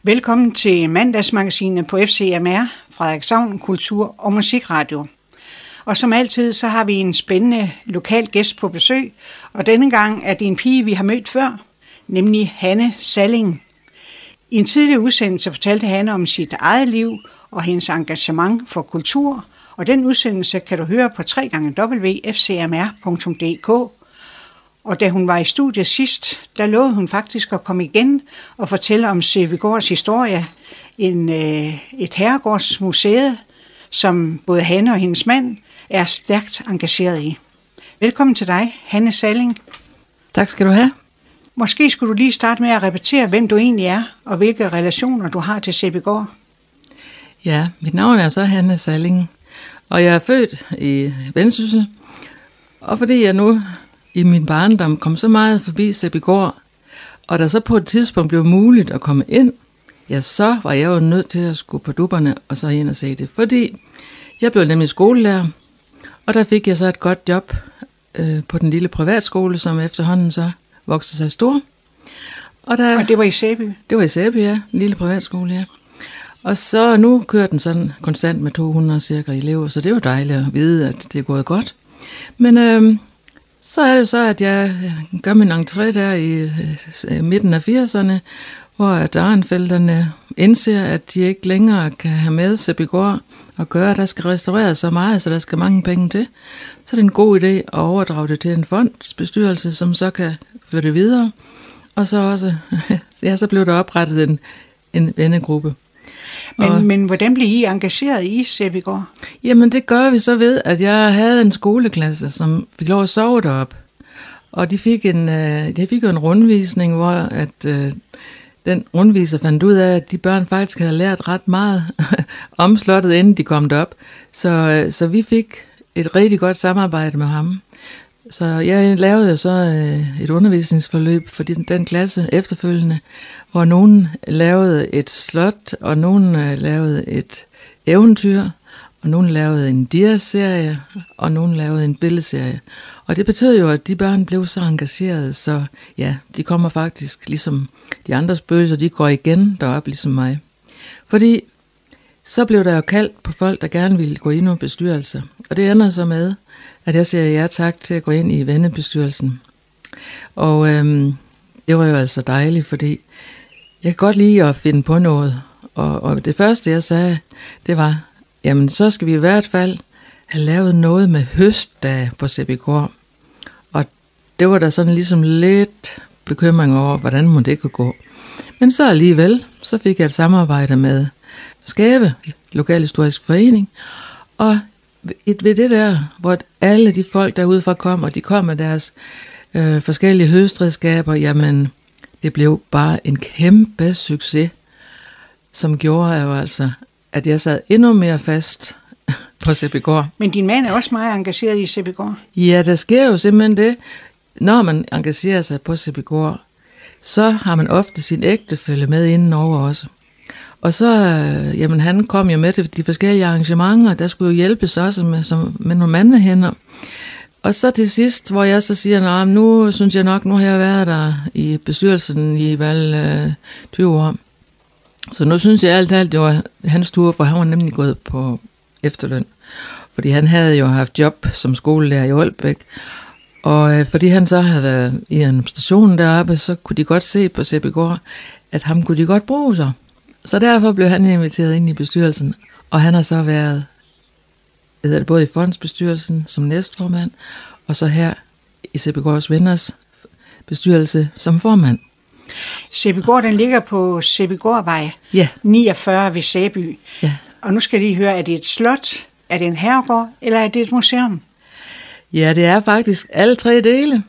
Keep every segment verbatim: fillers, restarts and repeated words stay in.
Velkommen til mandagsmagasinet på F C M R, Frederikshavn Kultur- og Musikradio. Og som altid, så har vi en spændende lokal gæst på besøg, og denne gang er det en pige, vi har mødt før, nemlig Hanne Salling. I en tidligere udsendelse fortalte Hanne om sit eget liv og hendes engagement for kultur, og den udsendelse kan du høre på w w w punktum f c m r punktum d k. Og da hun var i studiet sidst, der lovede hun faktisk at komme igen og fortælle om Sæbygårds historie, en, øh, et herregårdsmuseum, som både Hanne og hendes mand er stærkt engageret i. Velkommen til dig, Hanne Salling. Tak skal du have. Måske skulle du lige starte med at repetere, hvem du egentlig er, og hvilke relationer du har til Sæbygård. Ja, mit navn er så Hanne Salling, og jeg er født i Vendsyssel, og fordi jeg nu i min barndom kom så meget forbi Sæbygård, og der så på et tidspunkt blev muligt at komme ind, ja, så var jeg jo nødt til at skulle på dupperne og så ind og se det. Fordi jeg blev nemlig skolelærer, og der fik jeg så et godt job øh, på den lille privatskole, som efterhånden så voksede sig stor. Og, der, og det var i Sæby? Det var i Sæby, ja. En lille privatskole, ja. Og så nu kører den sådan konstant med to hundrede cirka elever, så det er jo dejligt at vide, at det er gået godt. Men øh, så er det så, at jeg gør min entré der i øh, midten af firserne, hvor Arenfeldterne indser, at de ikke længere kan have med Sæbygård at gøre. Der skal restaureres så meget, så der skal mange penge til. Så er det en god idé at overdrage det til en fondsbestyrelse, som så kan føre det videre. Og så også, ja, så blev der oprettet en, en vennegruppe. Men, og, men hvordan blev I engageret i Sæbygård? Jamen det gør vi så ved, at jeg havde en skoleklasse, som fik lov at sove derop. Og de fik en, de fik jo en rundvisning, hvor at, øh, den rundviser fandt ud af, at de børn faktisk havde lært ret meget om slottet, inden de kom derop. Så, så vi fik et rigtig godt samarbejde med ham. Så jeg lavede jo så øh, et undervisningsforløb for den, den klasse efterfølgende, hvor nogen lavede et slot, og nogen øh, lavede et eventyr, og nogen lavede en dia-serie, og nogen lavede en billedserie. Og det betød jo, at de børn blev så engagerede, så ja, de kommer faktisk ligesom de andre spøgelser, de går igen derop ligesom mig. Fordi så blev der jo kaldt på folk, der gerne ville gå ind i bestyrelse. Og det ender så med, at jeg siger ja tak til at gå ind i vennebestyrelsen. Og øhm, det var jo altså dejligt, fordi jeg kan godt lide at finde på noget. Og, og det første, jeg sagde, det var, jamen så skal vi i hvert fald have lavet noget med høstdag på Sæbygård. Og det var der sådan ligesom lidt bekymring over, hvordan må det kunne gå. Men så alligevel, så fik jeg et samarbejde med Skave, Lokalhistorisk Forening, og ved det der, hvor alle de folk derudefra kom, og de kom med deres øh, forskellige høstredskaber, jamen det blev bare en kæmpe succes, som gjorde jo altså, at jeg sad endnu mere fast på Sæbygård. Men din mand er også meget engageret i Sæbygård? Ja, der sker jo simpelthen det. Når man engagerer sig på Sæbygård, så har man ofte sin ægtefælle med indenover også. Og så, øh, jamen han kom jo med til de forskellige arrangementer, der skulle jo hjælpes også med, som, med nogle mandehænder. Og så til sidst, hvor jeg så siger, nu synes jeg nok, nu har jeg været der i bestyrelsen i vel øh, tyve år. Så nu synes jeg alt alt, det var hans tur, for han var nemlig gået på efterløn. Fordi han havde jo haft job som skolelærer i Aalbæk. Og øh, fordi han så havde været i administrationen deroppe, så kunne de godt se på Sæbygård, at ham kunne de godt bruge sig. Så derfor blev han inviteret ind i bestyrelsen, og han har så været det, både i fondsbestyrelsen som næstformand, og så her i Sæbygårds Venners bestyrelse som formand. Sæbygård, den ligger på Sæbygårdvej, ja. niogfyrre ved Sæby. Ja. Og nu skal I lige høre, er det et slot, er det en herregård, eller er det et museum? Ja, det er faktisk alle tre dele.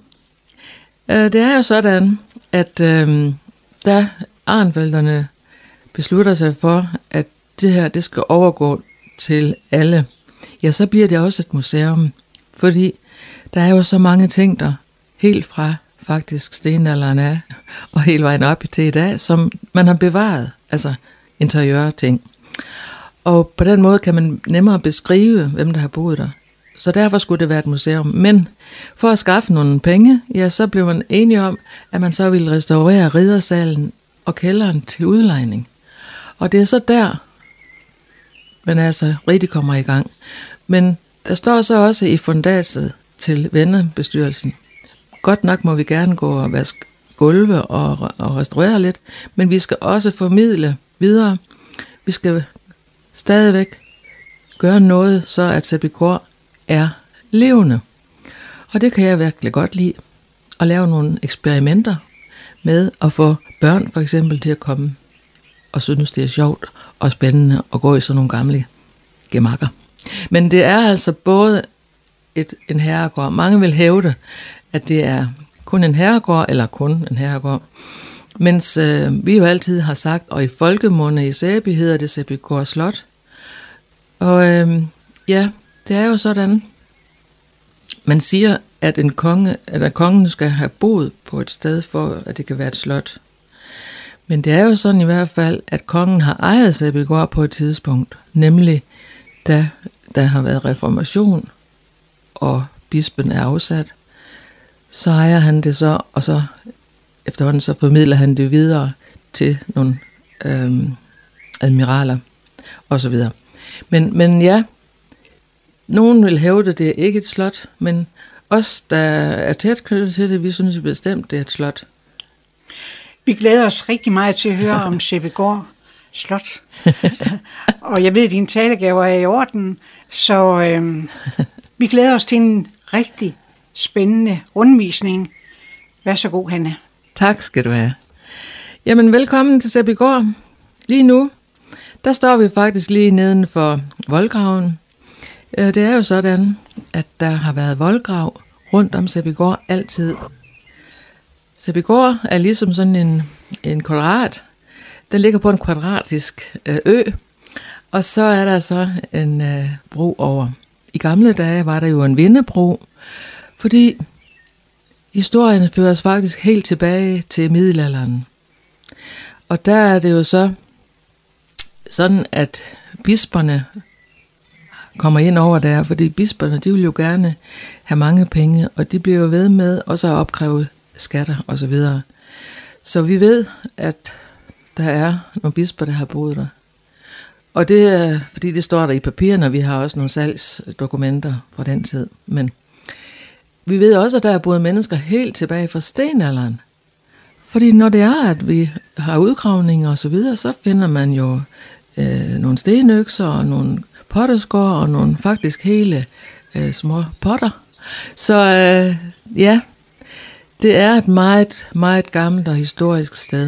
Det er jo sådan, at øh, da Arenfeldterne beslutter sig for, at det her det skal overgå til alle, ja, så bliver det også et museum. Fordi der er jo så mange ting der, helt fra faktisk stenalderen af, og hele vejen op til i dag, som man har bevaret, altså interiørting. Og på den måde kan man nemmere beskrive, hvem der har boet der. Så derfor skulle det være et museum. Men for at skaffe nogle penge, ja, så blev man enige om, at man så ville restaurere riddersalen og kælderen til udlejning. Og det er så der, man altså rigtig kommer i gang. Men der står så også i fundatset til vennebestyrelsen. Godt nok må vi gerne gå og vaske gulve og, og restaurere lidt, men vi skal også formidle videre. Vi skal stadigvæk gøre noget, så at Sebygård er levende. Og det kan jeg virkelig godt lide. At lave nogle eksperimenter med at få børn for eksempel til at komme og synes, det er sjovt og spændende at gå i sådan nogle gamle gemakker. Men det er altså både et, en herregård. Mange vil hævde, at det er kun en herregård, eller kun en herregård. Mens øh, vi jo altid har sagt, og i folkemunde i Sæby hedder det Sebygård Slot. Og øh, ja, det er jo sådan. Man siger, at en konge, at kongen skal have boet på et sted, for at det kan være et slot. Men det er jo sådan i hvert fald, at kongen har ejet Sebygård på et tidspunkt, nemlig da der har været reformation, og bispen er afsat, så ejer han det så, og så efterhånden så formidler han det videre til nogle øhm, admiraler og så videre. Men, men ja, nogen vil hævde, at det er ikke et slot, men os, der er tæt knyttet til det, vi synes bestemt, det er et slot. Vi glæder os rigtig meget til at høre om Sebygård Slot. Og jeg ved, at dine talegaver er i orden, så øhm, vi glæder os til en rigtig spændende rundvisning. Vær så god, Hanne. Tak skal du have. Jamen, velkommen til Sebygård. Lige nu, der står vi faktisk lige neden for voldgraven. Det er jo sådan, at der har været voldgrav rundt om Sebygård altid. Sebygård er ligesom sådan en, en kvadrat. Den ligger på en kvadratisk øh, ø, og så er der så en øh, bro over. I gamle dage var der jo en vindebro, fordi historien føres faktisk helt tilbage til middelalderen. Og der er det jo så sådan, at bisperne kommer ind over der, fordi bisperne, de vil jo gerne have mange penge, og de bliver jo ved med også at opkræve skatter og så videre. Så vi ved, at der er nogle bisper, der har boet der. Og det er, fordi det står der i papirerne, og vi har også nogle salgsdokumenter fra den tid. Men vi ved også, at der er boet mennesker helt tilbage fra stenalderen. Fordi når det er, at vi har udgravninger og så videre, så finder man jo øh, nogle stenøkser og nogle potteskår og nogle faktisk hele øh, små potter. Så øh, ja, det er et meget, meget gammelt og historisk sted.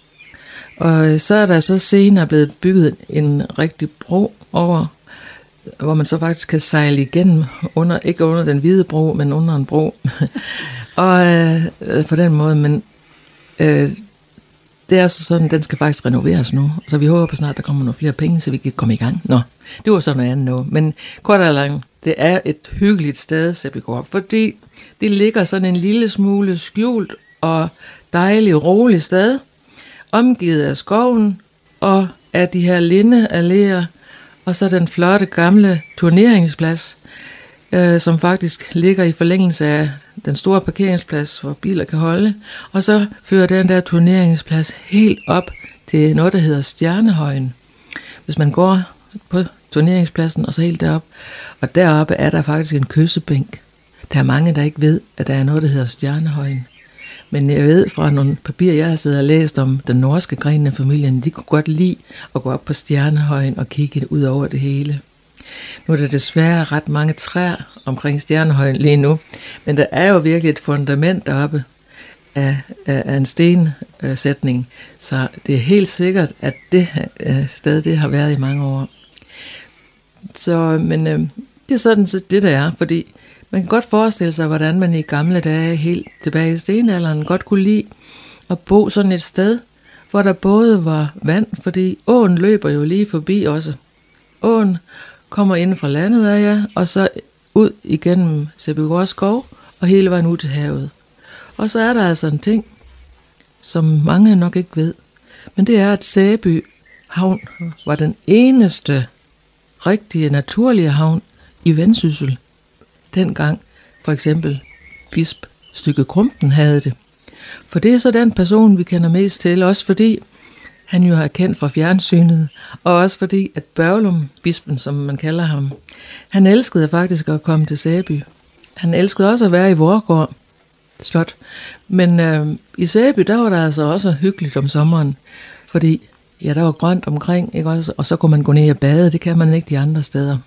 Og så er der så senere blevet bygget en rigtig bro over, hvor man så faktisk kan sejle igennem, under, ikke under den hvide bro, men under en bro. og øh, på den måde, men øh, det er så sådan, den skal faktisk renoveres nu. Så vi håber på snart, der kommer nogle flere penge, så vi kan komme i gang. Nå, det var sådan noget andet nu. Men kort og langt, det er et hyggeligt sted, Sebygård, fordi det ligger sådan en lille smule skjult og dejligt roligt sted, omgivet af skoven og af de her lindealléer, og så den flotte gamle turneringsplads, øh, som faktisk ligger i forlængelse af den store parkeringsplads, hvor biler kan holde, og så fører den der turneringsplads helt op til noget, der hedder Stjernehøjen. Hvis man går på turneringspladsen og så helt derop, og deroppe er der faktisk en kyssebænk. Der er mange, der ikke ved, at der er noget, der hedder Stjernehøjen. Men jeg ved fra nogle papirer, jeg har siddet og læst om den norske gren af familien, de kunne godt lide at gå op på Stjernehøjen og kigge ud over det hele. Nu er der desværre ret mange træer omkring Stjernehøjen lige nu, men der er jo virkelig et fundament deroppe af, af, af en stensætning, så det er helt sikkert, at det sted det har været i mange år. Så, men øh, det er sådan set det, der er, fordi man kan godt forestille sig, hvordan man i gamle dage, helt tilbage i stenalderen, godt kunne lide at bo sådan et sted, hvor der både var vand, fordi åen løber jo lige forbi også. Åen kommer ind fra landet af jer, og så ud igennem Sebygård skov, og hele vejen ud til havet. Og så er der altså en ting, som mange nok ikke ved, men det er, at Sæby havn var den eneste rigtige, naturlige havn i Vendsyssel. Dengang for eksempel bisp Stygge Krumpen havde det. For det er så den person, vi kender mest til, også fordi han jo er kendt fra fjernsynet, og også fordi, at Børglum, bispen, som man kalder ham, han elskede faktisk at komme til Sæby. Han elskede også at være i Vorgård Slot, men øh, i Sæby, der var der altså også hyggeligt om sommeren, fordi ja, der var grønt omkring, ikke også? Og så kunne man gå ned og bade, det kan man ikke de andre steder.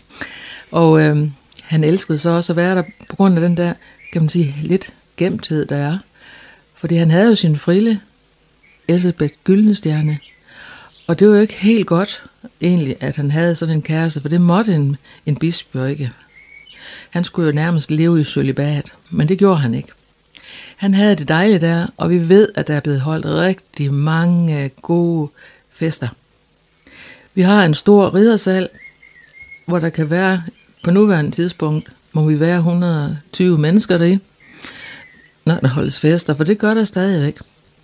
og øh, han elskede så også at være der på grund af den der, kan man sige, lidt gemthed, der er. Fordi han havde jo sin frille, Elsebeth Gyldenstjerne. Og det var jo ikke helt godt, egentlig, at han havde sådan en kæreste, for det måtte en, en bisp jo ikke. Han skulle jo nærmest leve i cølibat, men det gjorde han ikke. Han havde det dejligt der, og vi ved, at der er blevet holdt rigtig mange gode fester. Vi har en stor riddersal, hvor der kan være, på nuværende tidspunkt, må vi være et hundrede og tyve mennesker deri, når der holdes fester, for det gør der stadigvæk.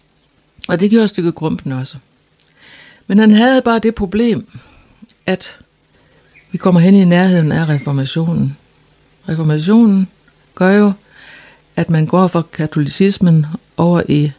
Og det gjorde Stygge Krumpen også. Men han havde bare det problem, at vi kommer hen i nærheden af reformationen. Reformationen gør jo, at man går fra katolicismen over i...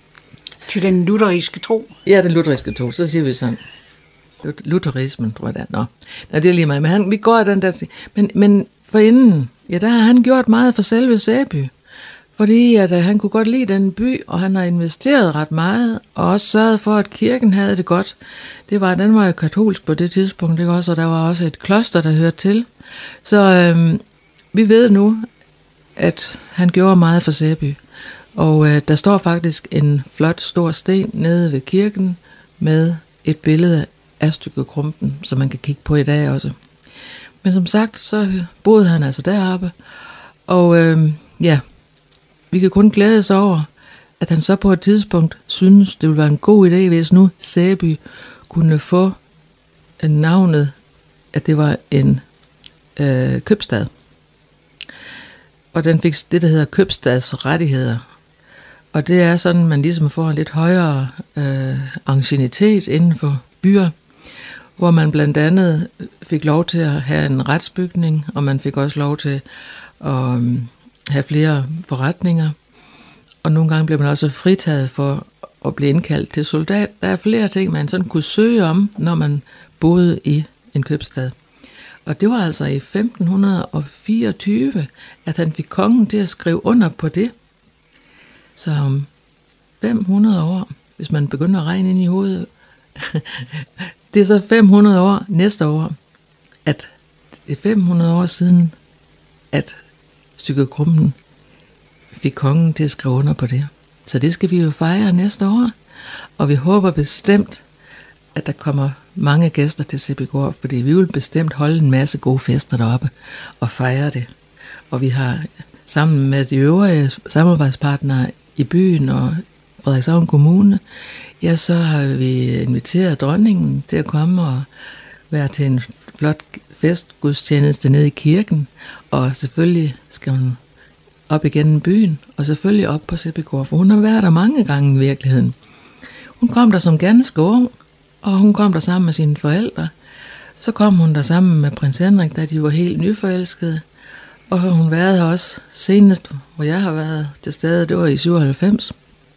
Til den lutheriske tro. Ja, den lutheriske tro, så siger vi sådan. Lutherismen, tror jeg det er. Nå, Nå det er lige meget. Men han, vi går af den der... Men, men forinden, ja, der har han gjort meget for selve Sæby. Fordi at, uh, han kunne godt lide den by, og han har investeret ret meget, og også sørget for, at kirken havde det godt. Det var, den var jo katolsk på det tidspunkt, ikke også? Og der var også et kloster, der hørte til. Så øhm, vi ved nu, at han gjorde meget for Sæby. Og øh, der står faktisk en flot, stor sten nede ved kirken, med et billede af Stygge Krumpen, som man kan kigge på i dag også. Men som sagt, så boede han altså deroppe, og øh, ja... Vi kan kun glæde os over, at han så på et tidspunkt synes, det ville være en god idé, hvis nu Sæby kunne få navnet, at det var en øh, købstad. Og den fik det, der hedder købstadsrettigheder. Og det er sådan, man ligesom får en lidt højere øh, anciennitet inden for byer, hvor man blandt andet fik lov til at have en retsbygning, og man fik også lov til at... Øh, have flere forretninger, og nogle gange blev man også fritaget for at blive indkaldt til soldat. Der er flere ting, man sådan kunne søge om, når man boede i en købstad. Og det var altså i femten fireogtyve, at han fik kongen til at skrive under på det. Så om fem hundrede år, hvis man begynder at regne ind i hovedet, det er så fem hundrede år næste år, at det er fem hundrede år siden, at Stygge Krumpen fik kongen til at skrive under på det. Så det skal vi jo fejre næste år. Og vi håber bestemt, at der kommer mange gæster til Sæbygård, fordi vi vil bestemt holde en masse gode fester deroppe og fejre det. Og vi har sammen med de øvrige samarbejdspartnere i byen og Frederikshavn Kommune, ja, så har vi inviteret dronningen til at komme og være til en flot festgudstjeneste nede i kirken, og selvfølgelig skal hun op igennem byen, og selvfølgelig op på Sæbygård, for hun har været der mange gange i virkeligheden. Hun kom der som ganske ung, og hun kom der sammen med sine forældre. Så kom hun der sammen med prins Henrik, da de var helt nyforelskede, og hun været her også senest, hvor jeg har været til stede, det var i syvoghalvfems.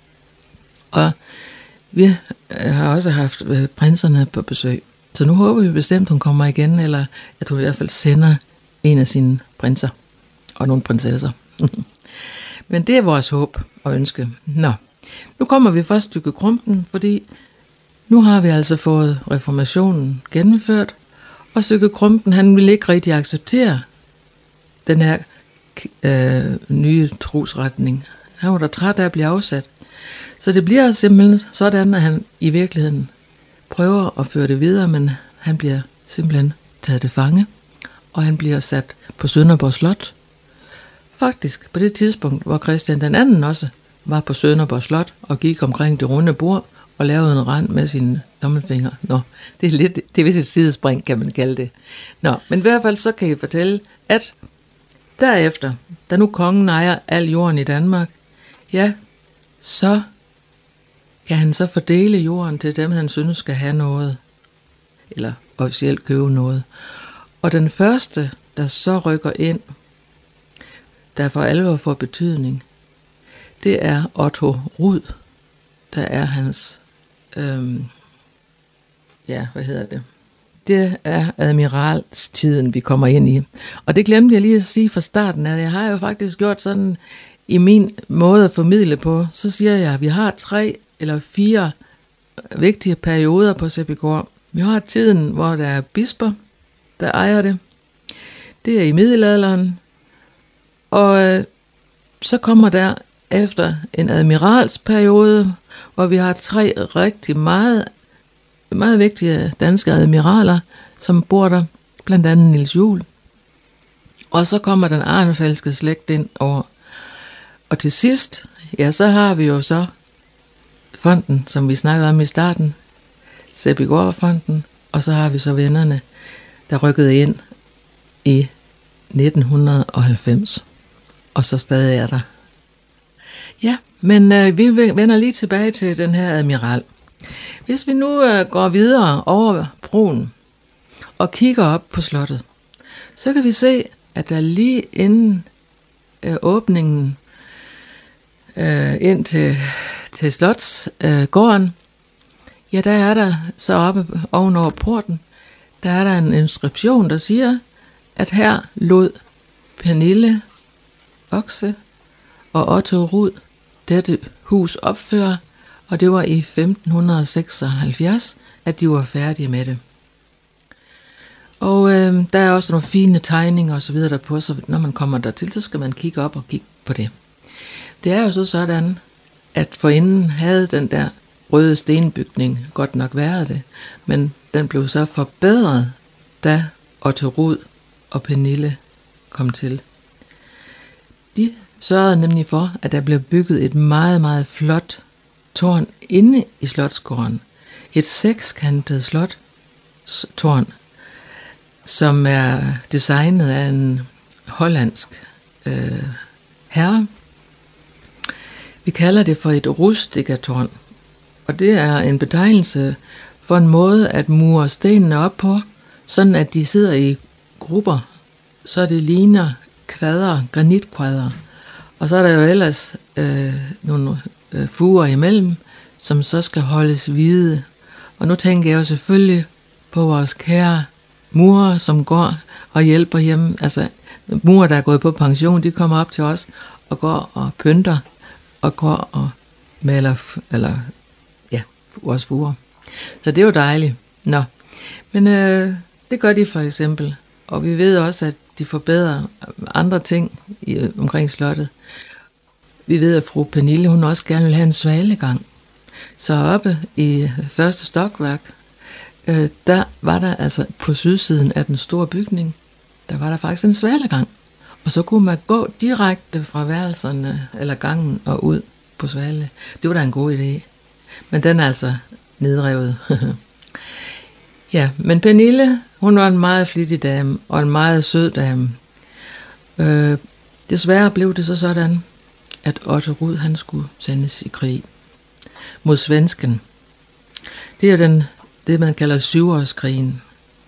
Og vi har også haft prinserne på besøg. Så nu håber vi bestemt, hun kommer igen, eller at hun i hvert fald sender en af sine prinser og nogle prinsesser. Men det er vores håb og ønske. Nå, nu kommer vi først Stygge Krumpen, fordi nu har vi altså fået reformationen gennemført, og Stygge Krumpen, han vil ikke rigtig acceptere den her øh, nye trosretning. Han var da træt af at blive afsat. Så det bliver simpelthen sådan, at han i virkeligheden prøver at føre det videre, men han bliver simpelthen taget det fange, og han bliver sat på Sønderborg Slot. Faktisk på det tidspunkt, hvor Christian den anden også var på Sønderborg Slot og gik omkring det runde bord og lavede en rand med sine tommelfingre. Nå, det er lidt, det er vist et sidespring, kan man kalde det. Nå, men i hvert fald så kan jeg fortælle, at derefter, da nu kongen ejer al jorden i Danmark, ja, så kan han så fordele jorden til dem, han synes skal have noget, eller officielt købe noget. Og den første, der så rykker ind, der for alvor får betydning, det er Otto Rud, der er hans øhm, ja, hvad hedder det? Det er admiralstiden, vi kommer ind i. Og det glemte jeg lige at sige fra starten, at jeg har jo faktisk gjort sådan, i min måde at formidle på, så siger jeg, at vi har tre eller fire vigtige perioder på Sæbygård. Vi har tiden, hvor der er bisper, der ejer det. Det er i middelalderen. Og så kommer der efter en admiralsperiode, hvor vi har tre rigtig meget, meget vigtige danske admiraler, som bor der, blandt andet Niels Juel. Og så kommer den arnefaldske slægt ind over. Og til sidst, ja, så har vi jo så fonden, som vi snakkede om i starten, Sæbygårdfonden, og så har vi så vennerne, der rykkede ind i nitten halvfems, og så stadig er der. Ja, men øh, vi vender lige tilbage til den her admiral. Hvis vi nu øh, går videre over broen og kigger op på slottet, så kan vi se, at der lige inden øh, åbningen øh, ind til, til slotsgården, øh, ja, der er der så oppe ovenover porten, der er der en inskription, der siger, at her lod Pernille Oxe og Otto Rud dette hus opføre, og det var i femten seksoghalvfjerds, at de var færdige med det. Og øh, der er også nogle fine tegninger og så videre derpå, så når man kommer dertil, så skal man kigge op og kigge på det. Det er jo så sådan, at forinden havde den der røde stenbygning godt nok været det, men den blev så forbedret, da Otto Rud og Pernille kom til. De sørgede nemlig for, at der blev bygget et meget, meget flot tårn inde i slotsgården. Et sekskantet slottårn, som er designet af en hollandsk øh, herre. Vi kalder det for et rustikatårn, og det er en betegnelse for en måde at mure stenene op på, sådan at de sidder i grupper, så det ligner kvadre, granitkvadre. Og så er der jo ellers øh, nogle øh, fuger imellem, som så skal holdes hvide. Og nu tænker jeg jo selvfølgelig på vores kære murer, som går og hjælper hjemme. Altså murer, der er gået på pension, de kommer op til os og går og pynter og går og maler, eller ja, vores fuger. Så det er jo dejligt. Nå, men øh, det gør de for eksempel. Og vi ved også, at de forbedrer andre ting i, omkring slottet. Vi ved, at fru Pernille, hun også gerne vil have en svalegang. Så oppe i første stokværk, øh, der var der altså på sydsiden af den store bygning, der var der faktisk en svalegang. Og så kunne man gå direkte fra værelserne eller gangen og ud på Svale. Det var da en god idé. Men den er altså nedrevet. Ja, men Pernille, hun var en meget flittig dame og en meget sød dame. Øh, desværre blev det så sådan, at Otto Rud, han skulle sendes i krig mod svensken. Det er den, det, man kalder syvårskrigen.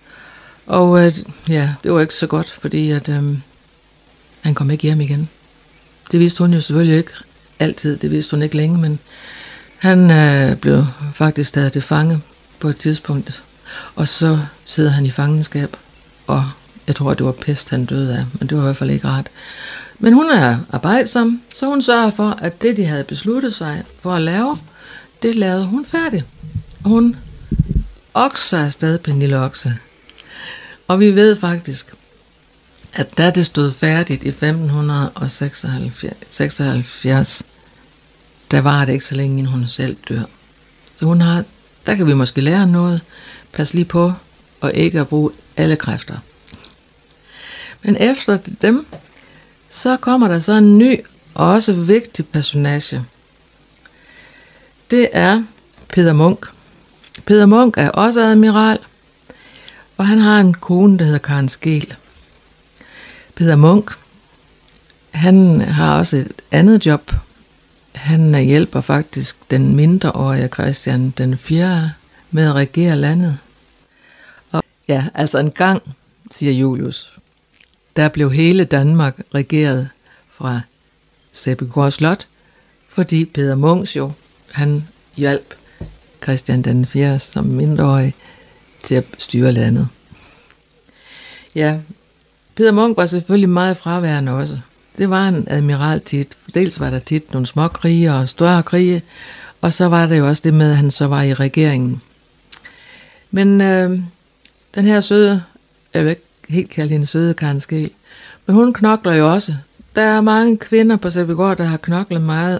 Og øh, ja, det var ikke så godt, fordi at, øh, han kom ikke hjem igen. Det vidste hun jo selvfølgelig ikke altid, det vidste hun ikke længe, men han øh, blev faktisk taget til fange på et tidspunkt. Og så sidder han i fangenskab, og jeg tror, det var pest, han døde af, men det var i hvert fald ikke rart. Men hun er arbejdsom, så hun sørger for, at det, de havde besluttet sig for at lave, det lavede hun færdigt. Hun okser afsted, Pernille Oxe. Og vi ved faktisk, at da det stod færdigt i femten seksoghalvfjerds, der var det ikke så længe, inden hun selv dør. Så hun har, der kan vi måske lære noget. Pas lige på, og ikke at bruge alle kræfter. Men efter dem, så kommer der så en ny og også vigtig personage. Det er Peder Munk. Peder Munk er også admiral, og han har en kone, der hedder Karen Skeel. Peder Munk, han har også et andet job. Han hjælper faktisk den mindreårige Christian den fjerde med at regere landet. Og ja, altså en gang, siger Julius, der blev hele Danmark regeret fra Sæbygård Slot, fordi Peder Munks jo, han hjalp Christian den fjerde som mindreårig til at styre landet. Ja, Peder Munk var selvfølgelig meget fraværende også. Det var en admiral tit. Dels var der tit nogle små krige og større krige, og så var det jo også det med, at han så var i regeringen. Men øh, den her søde, jeg vil ikke helt kalde hende søde Karen Skeel, men hun knokler jo også. Der er mange kvinder på Sæbygård, der har knoklet meget.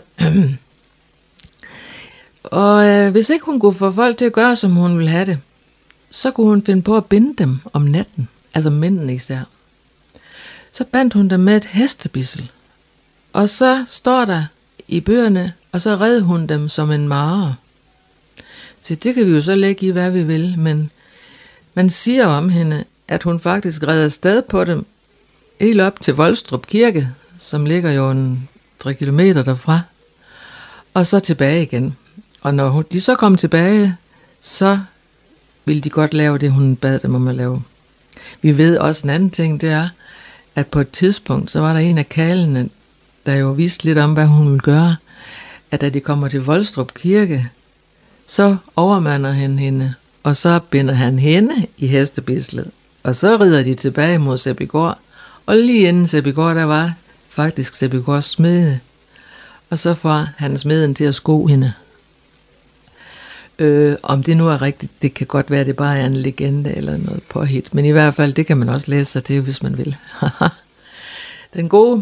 Og øh, hvis ikke hun kunne få folk til at gøre, som hun ville have det, så kunne hun finde på at binde dem om natten, altså mændene især. Så bandt hun dem med et hestebissel, og så står der i bøgerne, og så red hun dem som en mare. Så det kan vi jo så lægge i, hvad vi vil, men man siger om hende, at hun faktisk red afsted på dem, helt op til Volstrup Kirke, som ligger jo en tre kilometer derfra, og så tilbage igen. Og når de så kom tilbage, så ville de godt lave det, hun bad dem om at lave. Vi ved også en anden ting, det er, at på et tidspunkt, så var der en af kalene, der jo vidste lidt om, hvad hun ville gøre, at da de kommer til Volstrup Kirke, så overmander han hende, og så binder han hende i hestebislet, og så rider de tilbage mod Sæbygård, og lige inden Sæbygård, der var faktisk Sæbygårds smede, og så får han smeden til at sko hende. Øh, om det nu er rigtigt, det kan godt være, at det bare er en legende eller noget påhit, men i hvert fald, det kan man også læse sig til, hvis man vil. Den gode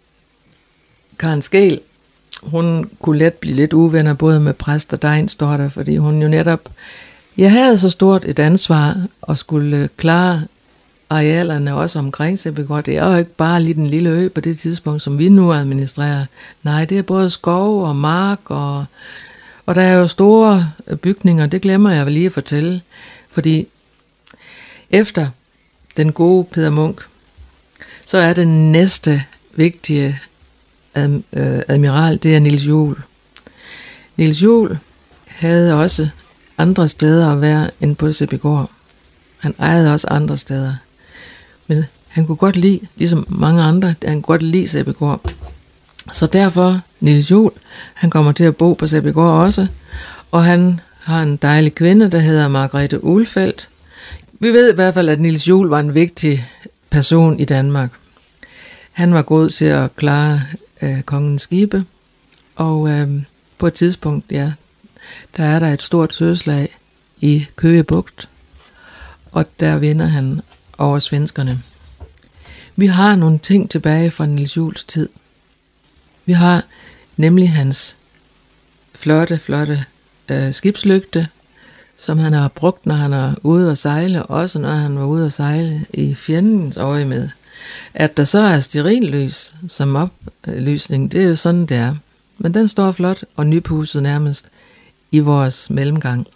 Karen Skeel, hun kunne let blive lidt uvenner både med præst og degn, står der, fordi hun jo netop, jeg havde så stort et ansvar at skulle klare arealerne også omkring Sæbygård. Det er jo ikke bare lige den lille ø på det tidspunkt, som vi nu administrerer. Nej, det er både skov og mark, og, og der er jo store bygninger, det glemmer jeg vel lige at fortælle, fordi efter den gode Peder Munk, så er det næste vigtige ad, øh, admiral, det er Niels Juel. Niels Juel havde også andre steder at være end på Sæbygård. Han ejede også andre steder. Men han kunne godt lide, ligesom mange andre, han kunne godt lide Sæbygård. Så derfor, Niels Juel, han kommer til at bo på Sæbygård også, og han har en dejlig kvinde, der hedder Margrethe Ulfeldt. Vi ved i hvert fald, at Niels Juel var en vigtig person i Danmark. Han var god til at klare øh, kongens skibe, og øh, på et tidspunkt, ja, der er der et stort søslag i Køge Bugt, og der vinder han over svenskerne. Vi har nogle ting tilbage fra Niels Juels tid. Vi har nemlig hans flotte, flotte øh, skibslygte, som han har brugt, når han er ude at sejle, også når han var ude at sejle i fjendens øje med. At der så er stearinlys som oplysning, det er jo sådan, det er. Men den står flot og nypudset nærmest i vores mellemgang.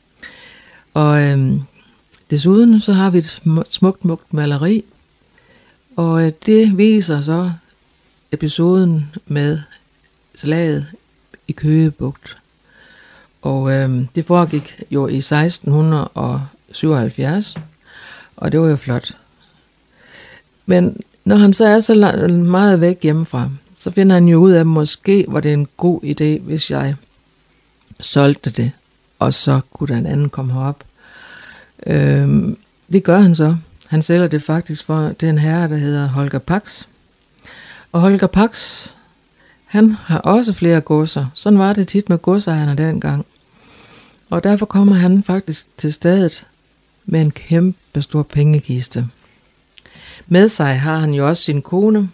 Og øhm, desuden så har vi et smukt, smukt maleri, og øh, det viser så episoden med slaget i Køge Bugt. Og øhm, det foregik jo i seksten syvoghalvfjerds, og det var jo flot. Men når han så er så meget væk hjemmefra, så finder han jo ud af, at måske var det en god idé, hvis jeg solgte det, og så kunne der en anden komme herop. Øhm, det gør han så. Han sælger det faktisk for den herre, der hedder Holger Pax. Og Holger Pax, han har også flere godser. Sådan var det tit med godsejerne dengang. Og derfor kommer han faktisk til stedet med en kæmpe stor pengekiste. Med sig har han jo også sin kone,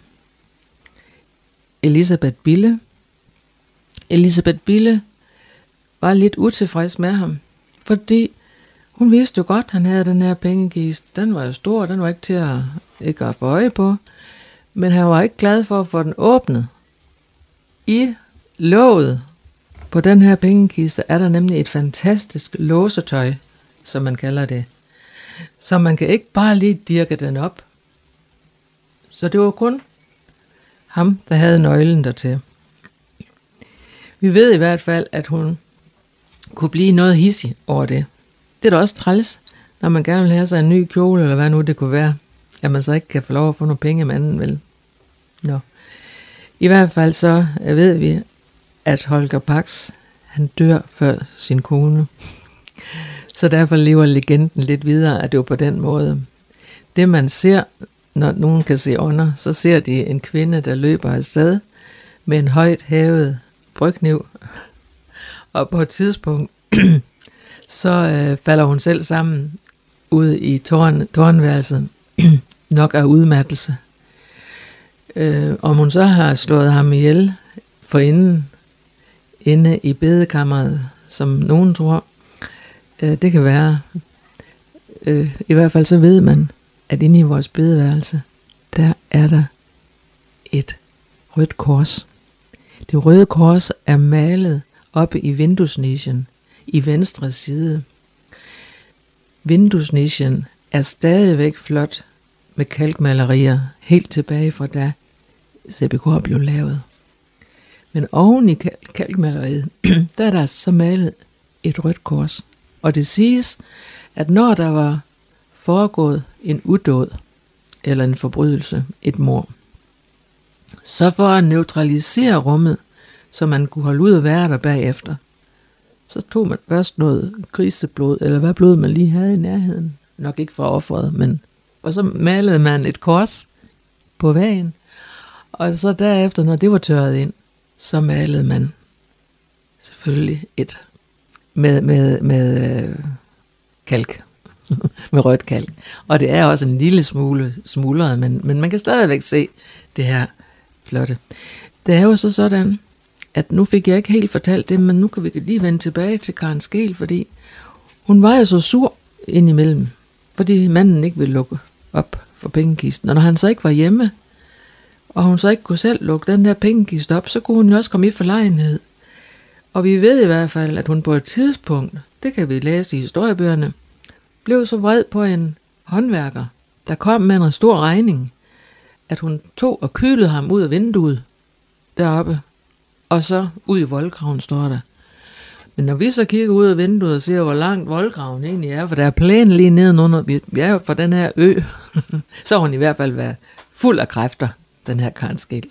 Elisabeth Bille. Elisabeth Bille var lidt utilfreds med ham, fordi hun vidste jo godt, at han havde den her pengekiste. Den var jo stor, den var ikke til at, ikke at få øje på, men han var ikke glad for at få den åbnet. I låget på den her pengekiste er der nemlig et fantastisk låsetøj, som man kalder det. Så man kan ikke bare lige dirke den op. Så det var kun ham, der havde nøglen dertil. Vi ved i hvert fald, at hun kunne blive noget hissig over det. Det er da også træls, når man gerne vil have sig en ny kjole, eller hvad nu det kunne være, at man så ikke kan få lov at få nogle penge med anden vel. Nå. I hvert fald så ved vi, at Holger Pax, han dør før sin kone. Så derfor lever legenden lidt videre, at det var på den måde. Det man ser, når nogen kan se ånder, så ser de en kvinde, der løber afsted med en højt hævet brygkniv. Og på et tidspunkt, så øh, falder hun selv sammen ude i tårn, tårnværelset, nok af udmattelse. Øh, om hun så har slået ham ihjel for inden, inde i bedekammeret, som nogen tror, øh, det kan være. Øh, I hvert fald så ved man, at inde i vores bedeværelse, der er der et rødt kors. Det røde kors er malet oppe i vinduesnichen i venstre side. Vinduesnichen er stadigvæk flot med kalkmalerier, helt tilbage fra da C B K blev lavet. Men oven i kalkmaleriet, der er der så malet et rødt kors. Og det siges, at når der var foregået en udåd, eller en forbrydelse, et mord, så for at neutralisere rummet, så man kunne holde ud og være der bagefter, så tog man først noget griseblod, eller hvad blod man lige havde i nærheden. Nok ikke fra offeret, men... Og så malede man et kors på væggen, og så derefter, når det var tørret ind, så malede man selvfølgelig et med, med, med øh, kalk, med rødt kalk. Og det er også en lille smule smuldret, men, men man kan stadigvæk se det her flotte. Det er jo så sådan, at nu fik jeg ikke helt fortalt det, men nu kan vi lige vende tilbage til Karen Skeel, fordi hun var jo så sur indimellem, fordi manden ikke ville lukke op for pengekisten. Og når han så ikke var hjemme, og hun så ikke kunne selv lukke den der pengekiste op, så kunne hun jo også komme i forlegenhed. Og vi ved i hvert fald, at hun på et tidspunkt, det kan vi læse i historiebøgerne, blev så vred på en håndværker, der kom med en stor regning, at hun tog og kølede ham ud af vinduet deroppe, og så ud i voldgraven står der. Men når vi så kigger ud af vinduet og ser, hvor langt voldgraven egentlig er, for der er plænen lige nedenunder, vi er jo fra den her ø, så har hun i hvert fald været fuld af kræfter, den her Karen Skeel.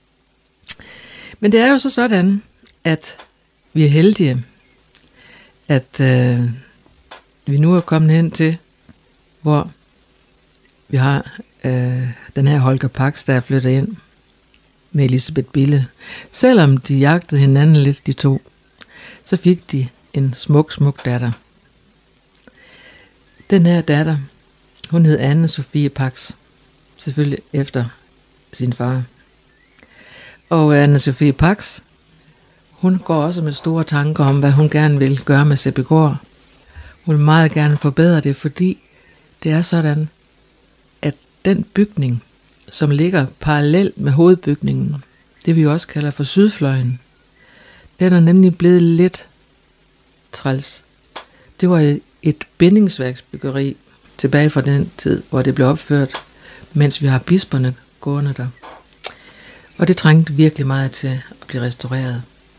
Men det er jo så sådan, at vi er heldige, at øh, vi nu er kommet hen til, hvor vi har øh, den her Holger Pax, der er flyttet ind med Elisabeth Bille. Selvom de jagtede hinanden lidt, de to, så fik de en smuk, smuk datter. Den her datter, hun hed Anne Sophie Pax, selvfølgelig efter sin far. Og Anne Sophie Pax, hun går også med store tanker om, hvad hun gerne vil gøre med Sæbygård. Hun vil meget gerne forbedre det, fordi det er sådan, at den bygning, som ligger parallelt med hovedbygningen, det vi også kalder for Sydfløjen, den er nemlig blevet lidt træls. Det var et bindingsværksbyggeri tilbage fra den tid, hvor det blev opført, mens vi har bisperne gående der. Og det trængte virkelig meget til at blive restaureret.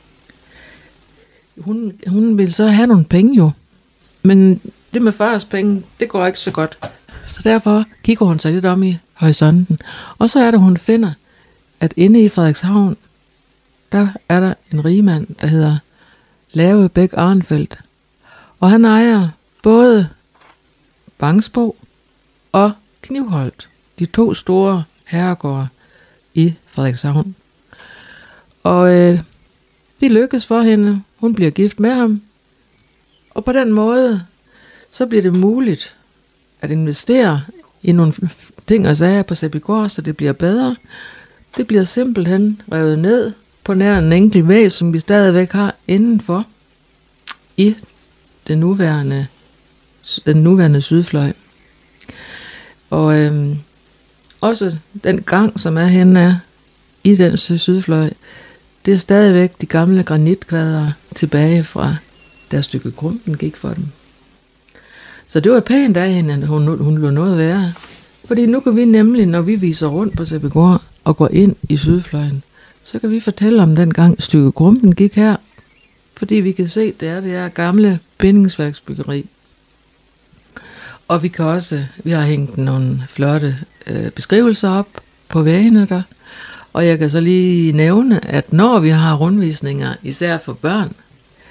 Hun, hun ville så have nogle penge jo, men det med fars penge, det går ikke så godt. Så derfor kigger hun sig lidt om i horisonten. Og så er det, hun finder, at inde i Frederikshavn, der er der en rigmand, der hedder Lave Bæk Arnfeldt. Og han ejer både Bangsbo og Knivholt, de to store herregårde i Frederikshavn. Og øh, det lykkes for hende. Hun bliver gift med ham. Og på den måde, så bliver det muligt at investere i nogle ting og sager på Sæbygård, så det bliver bedre. Det bliver simpelthen revet ned på nær en enkelt væg, som vi stadigvæk har indenfor i den nuværende, den nuværende sydfløj. Og øhm, også den gang, som er henne i den sydfløj, det er stadigvæk de gamle granitkvader tilbage fra der stykke Krumpen gik for dem. Så det var pænt af hende, at hun, hun lå noget værre. Fordi nu kan vi nemlig, når vi viser rundt på Sæbygård og går ind i sydfløjen, så kan vi fortælle om den gang stykke Krumpen gik her. Fordi vi kan se, det er det her gamle bindingsværksbyggeri. Og vi kan også, vi har hængt nogle flotte øh, beskrivelser op på væggene der. Og jeg kan så lige nævne, at når vi har rundvisninger, især for børn,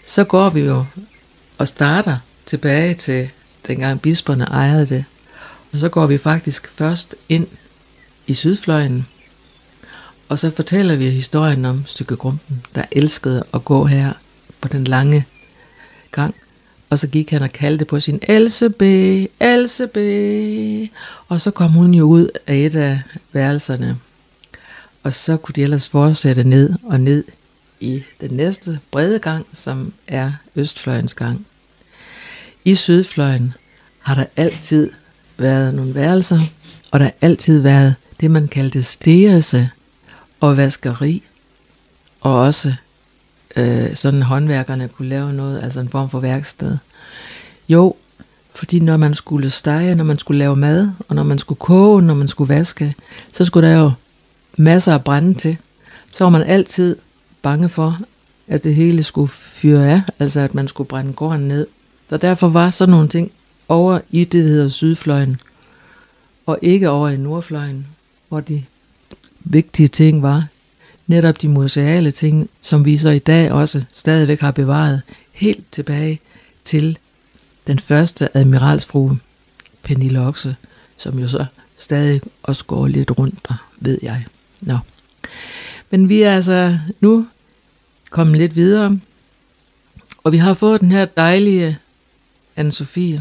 så går vi jo og starter tilbage til dengang bisperne ejede det. Og så går vi faktisk først ind i sydfløjen, og så fortæller vi historien om Stygge Grumpen, der elskede at gå her på den lange gang. Og så gik han og kaldte på sin Else B, Else B. Og så kom hun jo ud af et af værelserne. Og så kunne de ellers fortsætte ned og ned i den næste brede gang, som er østfløjens gang. I sydfløjen har der altid været nogle værelser, og der har altid været det, man kaldte stegerse og vaskeri, og også øh, sådan håndværkerne kunne lave noget, altså en form for værksted. Jo, fordi når man skulle stege, når man skulle lave mad, og når man skulle koge, når man skulle vaske, så skulle der jo masser af brænde til. Så var man altid bange for, at det hele skulle fyre af, altså at man skulle brænde gården ned. Så derfor var sådan nogle ting over i det, der hedder sydfløjen, og ikke over i nordfløjen, hvor de vigtige ting var netop de museale ting, som vi så i dag også stadigvæk har bevaret helt tilbage til den første admiralsfrue, Pernille Oxe, som jo så stadig også går lidt rundt, der, ved jeg. Nå. Men vi er altså nu kommet lidt videre, og vi har fået den her dejlige Anne-Sophie.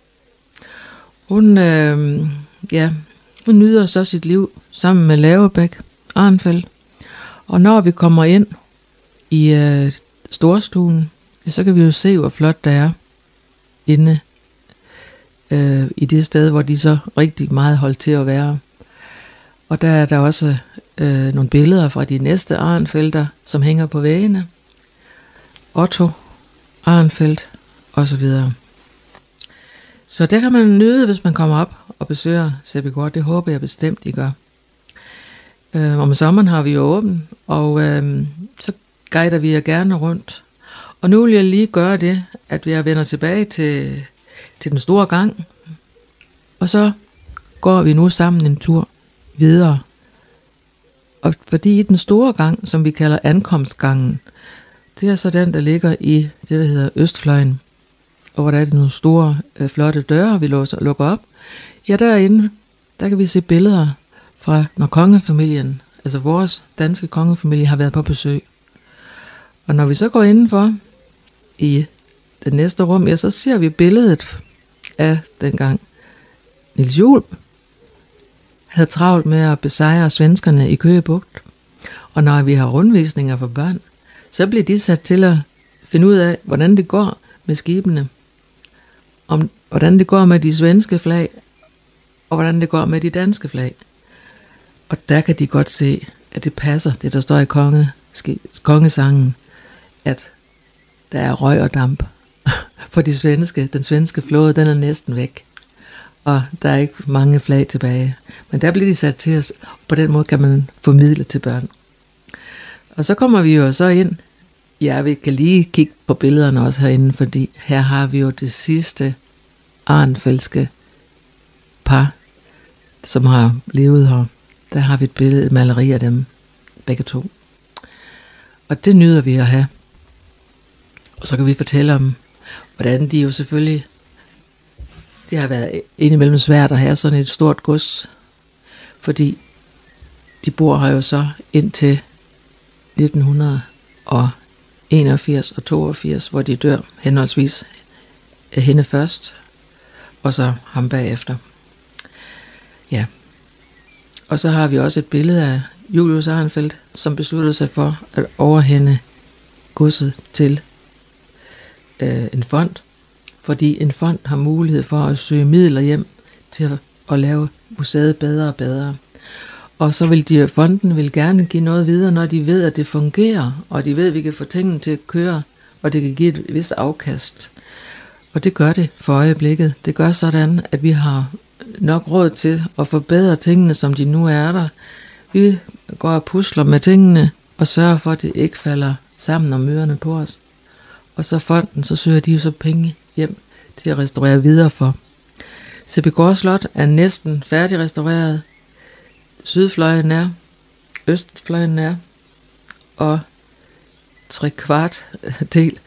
Hun, øh, ja, hun nyder så sit liv sammen med Lavebæk, Arnfeldt. Og når vi kommer ind i øh, storstuen, så kan vi jo se, hvor flot der er inde øh, i det sted, hvor de så rigtig meget holdt til at være. Og der er der også øh, nogle billeder fra de næste Arnfeldter, som hænger på væggene. Otto, Arnfeldt og så videre. Så det kan man nyde, hvis man kommer op og besøger Sæbygård. Det håber jeg bestemt, I gør. Øh, om sommeren har vi jo åben, og øh, så guider vi jer gerne rundt. Og nu vil jeg lige gøre det, at vi vender tilbage til, til den store gang. Og så går vi nu sammen en tur videre. Og fordi i den store gang, som vi kalder ankomstgangen, det er så den, der ligger i det, der hedder Østfløjen. Og hvor der er det nogle store, øh, flotte døre, vi låser, lukker op. Ja, derinde, der kan vi se billeder fra når kongefamilien, altså vores danske kongefamilie, har været på besøg. Og når vi så går indenfor i det næste rum, ja, så ser vi billedet af dengang Niels Juel havde travlt med at besejre svenskerne i Køge Bugt. Og når vi har rundvisninger for børn, så bliver de sat til at finde ud af, hvordan det går med skibene, om hvordan det går med de svenske flag, og hvordan det går med de danske flag. Og der kan de godt se, at det passer, det der står i konge, kongesangen, at der er røg og damp. For de svenske, den svenske flåde, den er næsten væk. Og der er ikke mange flag tilbage. Men der bliver de sat til os. På den måde kan man formidle til børn. Og så kommer vi jo så ind. Ja, vi kan lige kigge på billederne også herinde, fordi her har vi jo det sidste arnfeldske par, som har levet her. Der har vi et billede, et maleri af dem, begge to. Og det nyder vi at have. Og så kan vi fortælle om, hvordan de jo selvfølgelig, det har været indimellem svært at have sådan et stort gods, fordi de bor her jo så indtil nitten enogfirs og toogfirs, hvor de dør henholdsvis hende først, og så ham bagefter. Ja. Og så har vi også et billede af Julius Arnfeldt, som besluttede sig for at overhænde godset til øh, en fond, fordi en fond har mulighed for at søge midler hjem til at, at lave museet bedre og bedre. Og så vil de, fonden vil gerne give noget videre, når de ved, at det fungerer, og de ved, at vi kan få tingene til at køre, og det kan give et vist afkast. Og det gør det for øjeblikket. Det gør sådan, at vi har nok råd til at forbedre tingene, som de nu er der. Vi går og pusler med tingene, og sørger for, at det ikke falder sammen om ørerne på os. Og så fonden, så søger de jo så penge hjem til at restaurere videre for. Sæbygård Slot er næsten færdigrestaureret. Sydfløjen er, østfløjen er, og tre kvart del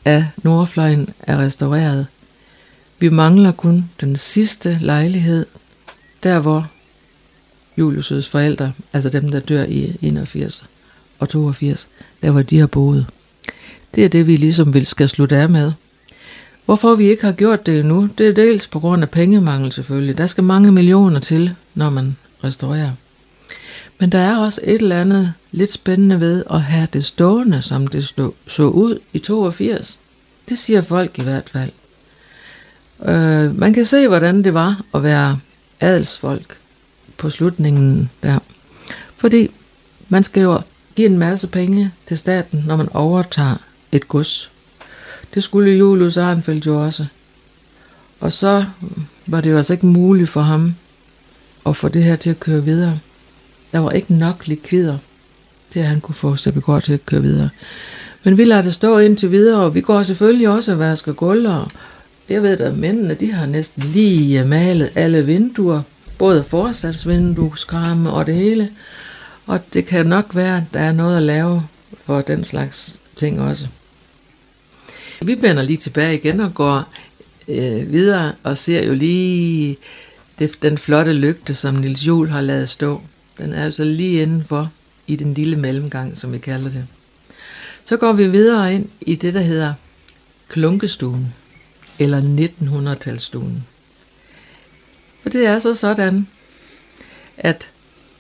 af nordfløjen er restaureret. Vi mangler kun den sidste lejlighed, der hvor Julius' forældre, altså dem, der dør i enogfirs og toogfirs, der hvor de har boet. Det er det, vi ligesom vil skal slutte af med. Hvorfor vi ikke har gjort det endnu, det er dels på grund af pengemangel selvfølgelig. Der skal mange millioner til, når man restaurerer. Men der er også et eller andet lidt spændende ved at have det stående, som det stå, så ud i toogfirs. Det siger folk i hvert fald. Øh, man kan se, hvordan det var at være adelsfolk på slutningen der. Fordi man skal jo give en masse penge til staten, når man overtager et gods. Det skulle Julius Arnfeldt jo også. Og så var det jo altså ikke muligt for ham at få det her til at køre videre. Der var ikke nok likvider til, at han kunne få Sæbygård til at køre videre. Men vi lader det stå indtil videre, og vi går selvfølgelig også og vasker gulv. Jeg ved at mændene, de har næsten lige malet alle vinduer, både forsatsvindueskramme og det hele. Og det kan nok være, at der er noget at lave for den slags ting også. Vi vender lige tilbage igen og går øh, videre og ser jo lige det, den flotte lygte, som Niels Juel har ladet stå. Den er altså lige indenfor i den lille mellemgang, som vi kalder det. Så går vi videre ind i det, der hedder Klunkestuen, eller nitten hundrede-talsstuen. For det er så sådan, at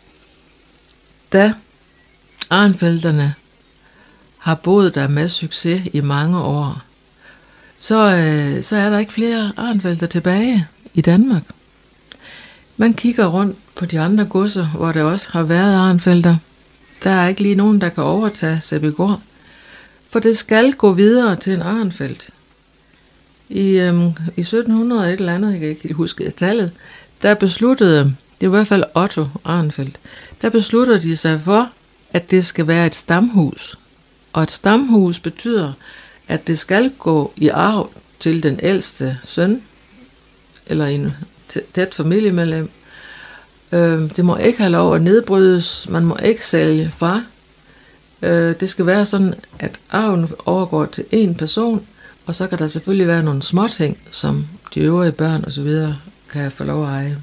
da Arnfeldterne har boet der med succes i mange år, så, øh, så er der ikke flere Arnfeldter tilbage i Danmark. Man kigger rundt på de andre godser, hvor der også har været Arnfeldter. Der er ikke lige nogen, der kan overtage Sæbygård, for det skal gå videre til en Arnfeldt. I, øhm, i sytten hundrede et eller andet, jeg kan ikke huske tallet, der besluttede, det er i hvert fald Otto Arnfeldt, der besluttede de sig for, at det skal være et stamhus. Og et stamhus betyder, at det skal gå i arv til den ældste søn, eller en tæt familiemedlem. Øh, det må ikke have lov at nedbrydes, man må ikke sælge fra. Øh, det skal være sådan, at arven overgår til en person, og så kan der selvfølgelig være nogle småting, som de øvrige børn og så videre kan få lov at eje.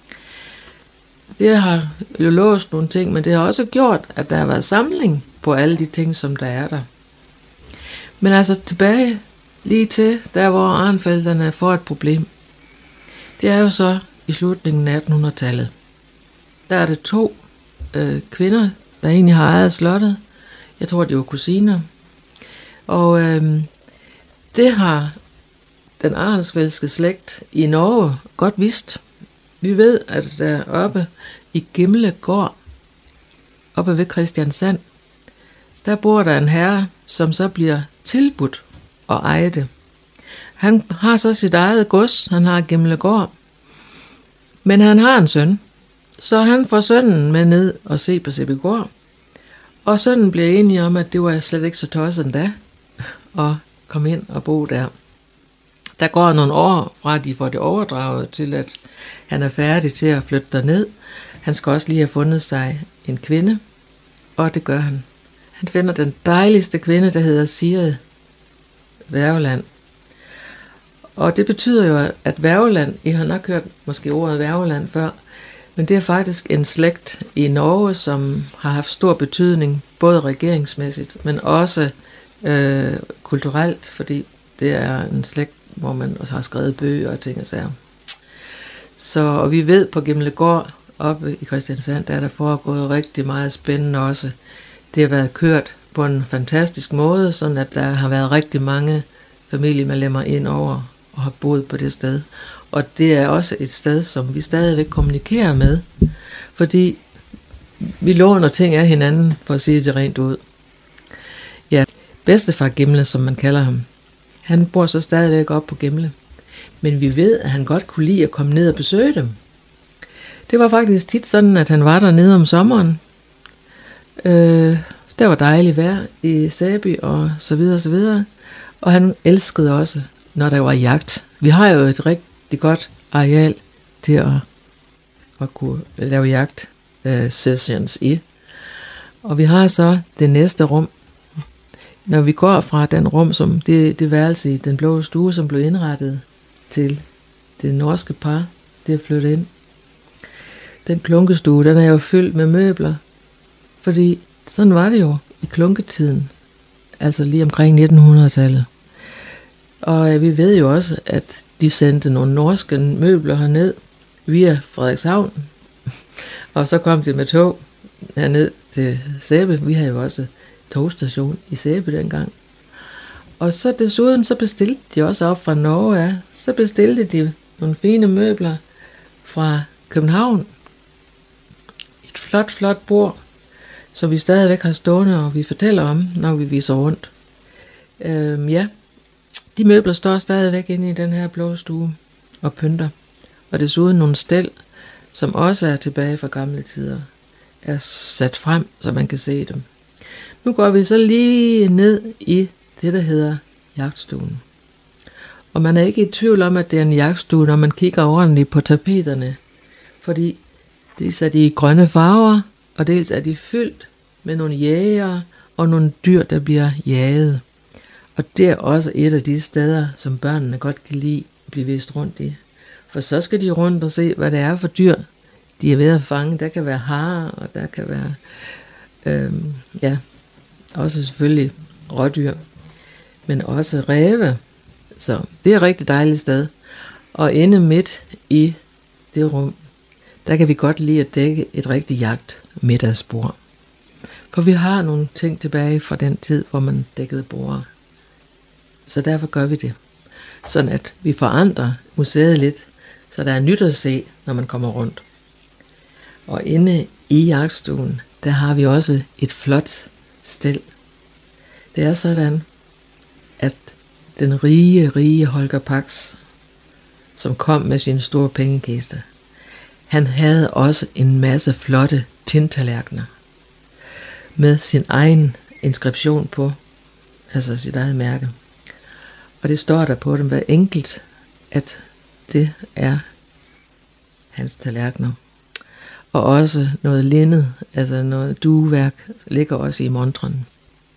Det har jo låst nogle ting, men det har også gjort, at der har været samling på alle de ting, som der er der. Men altså tilbage lige til der, hvor Arnfeldterne får et problem. Det er jo så i slutningen af attenhundredetallet. Der er det to øh, kvinder, der egentlig har ejet slottet. Jeg tror, det var kusiner. Og øh, det har den arnsfeldtske slægt i Norge godt vidst. Vi ved, at der oppe i Gimle gård, oppe ved Kristiansand, der bor der en herre, som så bliver tilbudt at eje det. Han har så sit eget gods, han har Gimle gård, men han har en søn, så han får sønnen med ned og se på Sæbygård. Og sønnen bliver enige om, at det var slet ikke så tosset endda at komme ind og bo der. Der går nogle år fra, at de får det overdraget, til at han er færdig til at flytte derned. Han skal også lige have fundet sig en kvinde, og det gør han. Han finder den dejligste kvinde, der hedder Sigrid Wergeland. Og det betyder jo, at Wergeland, I har nok hørt måske ordet Wergeland før, men det er faktisk en slægt i Norge, som har haft stor betydning, både regeringsmæssigt, men også øh, kulturelt, fordi det er en slægt, hvor man har skrevet bøger og ting og sager. Så og vi ved på Gimlegård oppe i Kristiansand, der er der foregået rigtig meget spændende også. Det har været kørt på en fantastisk måde, sådan at der har været rigtig mange familiemedlemmer ind over og har boet på det sted. Og det er også et sted, som vi stadigvæk kommunikerer med, fordi vi låner ting af hinanden, for at sige det rent ud. Ja, bedstefar Gimle, som man kalder ham, han bor så stadigvæk op på Gimle. Men vi ved, at han godt kunne lide at komme ned og besøge dem. Det var faktisk tit sådan, at han var dernede om sommeren. Øh, der var dejligt vejr i Sæby og så videre og så videre. Og han elskede også, når der var jagt. Vi har jo et rigtig godt areal til at, at kunne lave jagt uh, sessions i. Og vi har så det næste rum når vi går fra den rum, som det, det værelse i den blå stue, som blev indrettet til det norske par, det er flyttet ind. Den klunkestue, den er jo fyldt med møbler, fordi sådan var det jo i klunketiden, altså lige omkring nitten hundrede-tallet. Og vi ved jo også, at de sendte nogle norske møbler herned via Frederikshavn, og så kom det med tog herned til Sæbe. Vi havde jo også togstation i Sæbe dengang. Og så desuden så bestilte de også op fra Norge af, så bestilte de nogle fine møbler fra København. Et flot, flot bord, som vi stadigvæk har stående, og vi fortæller om, når vi viser rundt. Øhm, ja, de møbler står stadigvæk inde i den her blå stue og pynter. Og desuden nogle stel, som også er tilbage fra gamle tider, er sat frem, så man kan se dem. Nu går vi så lige ned i det, der hedder jagtstuen. Og man er ikke i tvivl om, at det er en jagtstue, når man kigger ordentligt på tapeterne. Fordi dels er de i grønne farver, og dels er de fyldt med nogle jæger og nogle dyr, der bliver jaget. Og det er også et af de steder, som børnene godt kan lide at blive vist rundt i. For så skal de rundt og se, hvad det er for dyr, de er ved at fange. Der kan være harer, og der kan være, øhm, ja, også selvfølgelig rådyr, men også ræve. Så det er et rigtig dejligt sted. Og inde midt i det rum, der kan vi godt lide at dække et rigtigt jagtmiddagsbord. For vi har nogle ting tilbage fra den tid, hvor man dækkede borde. Så derfor gør vi det. Sådan at vi forandrer museet lidt, så der er nyt at se, når man kommer rundt. Og inde i jagtstuen, der har vi også et flot stel. Det er sådan, at den rige, rige Holger Pax, som kom med sin store pengekiste, han havde også en masse flotte tintallerkener med sin egen inskription på, altså sit eget mærke. Og det står der på dem hver enkelt, at det er hans tallerkener. Og også noget linned, altså noget dueværk, ligger også i montren.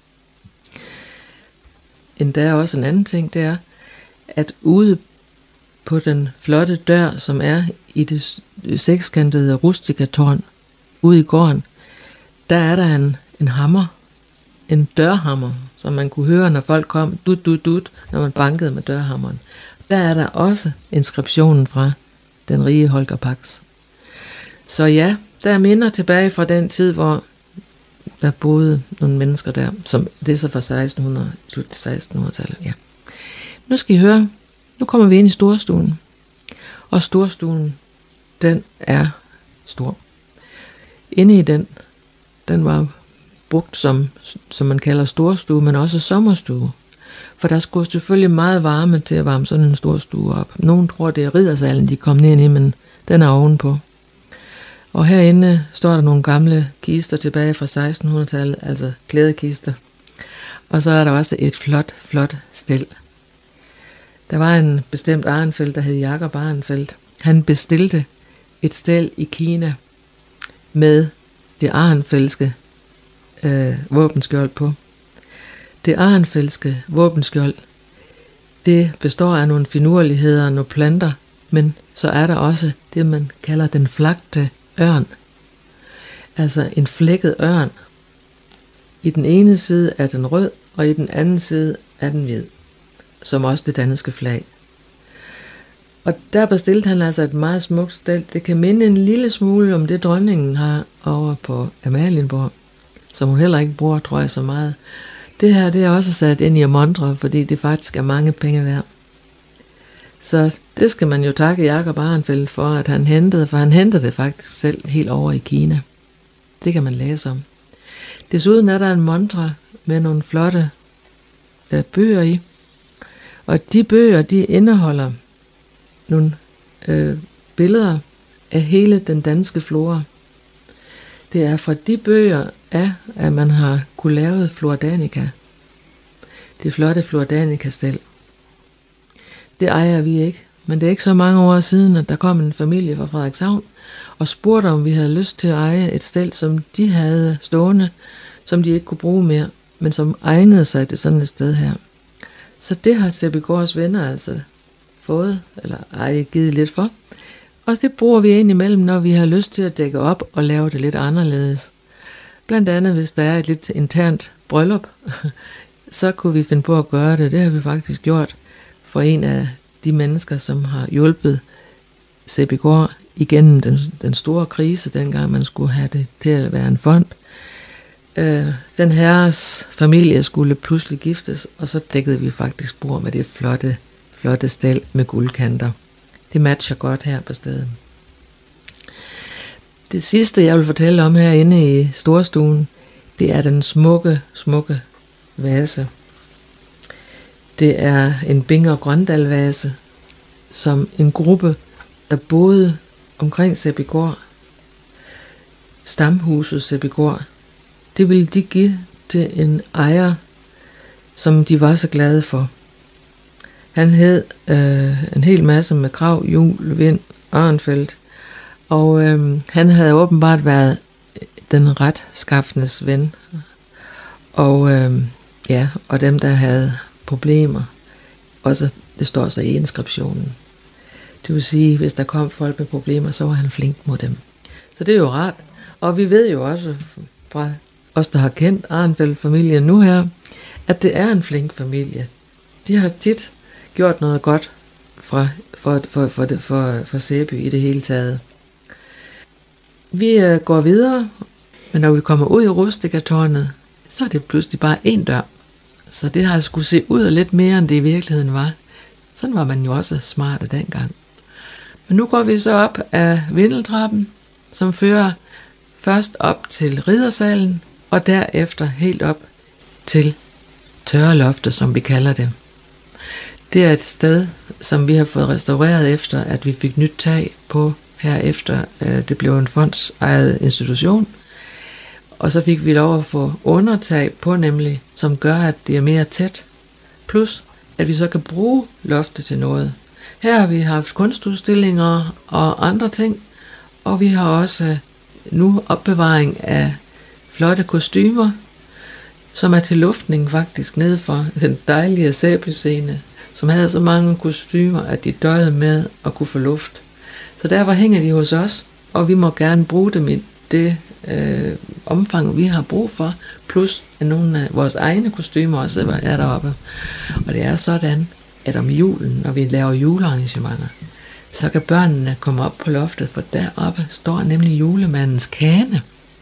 Endda også en anden ting, det er, at ude på den flotte dør, som er i det sekskantede rustikatårn ude i gården, der er der en, en hammer, en dørhammer, som man kunne høre, når folk kom, dut, dut, dut, når man bankede med dørhammeren. Der er der også inskriptionen fra den rige Holger Pax. Så ja, der er minder tilbage fra den tid, hvor der boede nogle mennesker der, som det er så fra seksten hundrede, slut seksten hundrede-tallet, ja. Nu skal I høre, nu kommer vi ind i storstuen. Og storstuen, den er stor. Inde i den, den var brugt som, som man kalder storstue, men også sommerstue. For der skulle selvfølgelig meget varme til at varme sådan en stor stue op. Nogen tror, det er riddersalen, de kom ned i, men den er ovenpå. Og herinde står der nogle gamle kister tilbage fra seksten hundrede-tallet, altså klædekister. Og så er der også et flot, flot stel. Der var en bestemt Arenfeldt, der hed Jakob Arenfeldt. Han bestilte et stel i Kina med det Arenfeldtske øh, våbenskjold på. Det Arenfeldtske våbenskjold, det består af nogle finurligheder og nogle planter, men så er der også det, man kalder den flagte ørn. Altså en flækket ørn. I den ene side er den rød, og i den anden side er den hvid, som også det danske flag. Og der bestilte han altså et meget smukt stel. Det kan minde en lille smule om det, dronningen har over på Amalienborg, som hun heller ikke bruger, tror jeg, så meget. Det her, det er også sat ind i montre, fordi det faktisk er mange penge værd. Så det skal man jo takke Jakob Arenfeldt for, at han hentede, for han hentede det faktisk selv helt over i Kina. Det kan man læse om. Desuden er der en montre med nogle flotte øh, bøger i. Og de bøger, de indeholder nogle øh, billeder af hele den danske flora. Det er fra de bøger af, at man har kunne lave Flordanica. Det flotte Flordanica-stel. Det ejer vi ikke, men det er ikke så mange år siden, at der kom en familie fra Frederikshavn og spurgte, om vi havde lyst til at eje et stel, som de havde stående, som de ikke kunne bruge mere. men som egnede sig til sådan et sted her. Så det har Sæbygårds venner altså fået, eller ej, givet lidt for. Og det bruger vi ind imellem, når vi har lyst til at dække op og lave det lidt anderledes. Blandt andet, hvis der er et lidt internt bryllup, så kunne vi finde på at gøre det. Det har vi faktisk gjort for en af de mennesker, som har hjulpet Sæbygård igennem den, den store krise, dengang man skulle have det til at være en fond. Øh, den herres familie skulle pludselig giftes, og så dækkede vi faktisk bord med det flotte, flotte stel med guldkanter. Det matcher godt her på stedet. Det sidste, jeg vil fortælle om herinde i storstuen, det er den smukke, smukke vase. Det er en Binger Grøndal vase, som en gruppe, der boede omkring Sæbygård, stamhuset Sæbygård, det ville de give til en ejer, som de var så glade for. Han hed øh, en hel masse med Krag, Juel, Vind, Arnfeldt, og øh, han havde åbenbart været den retskaffendes ven, og øh, ja, og dem der havde problemer, også det står så i inskriptionen. Det vil sige, hvis der kom folk med problemer, så var han flink mod dem. Så det er jo rart, og vi ved jo også fra os, der har kendt Arnfeldt-familien nu her, at det er en flink familie. De har tit gjort noget godt for, for, for, for, for, for Sæby i det hele taget. Vi øh, går videre, men når vi kommer ud i Rustikatårnet, så er det pludselig bare én dør. Så det har skulle se ud lidt mere, end det i virkeligheden var. Sådan var man jo også smarte dengang. Men nu går vi så op af vindeltrappen, som fører først op til riddersalen, og derefter helt op til tørreloftet, som vi kalder det. Det er et sted, som vi har fået restaureret efter, at vi fik nyt tag på herefter. Det blev en fondsejet institution, og så fik vi lov at få undertag på, nemlig, som gør, at det er mere tæt. Plus, at vi så kan bruge loftet til noget. Her har vi haft kunstudstillinger og andre ting, og vi har også nu opbevaring af flotte kostymer, som er til luftning faktisk nede for den dejlige Sæby-scene, som havde så mange kostymer, at de døjede med at kunne få luft. Så derfor hænger de hos os, og vi må gerne bruge dem i det øh, omfang, vi har brug for, plus at nogle af vores egne kostymer også er deroppe. Og det er sådan, at om julen, når vi laver julearrangementer, så kan børnene komme op på loftet, for deroppe står nemlig julemandens kane.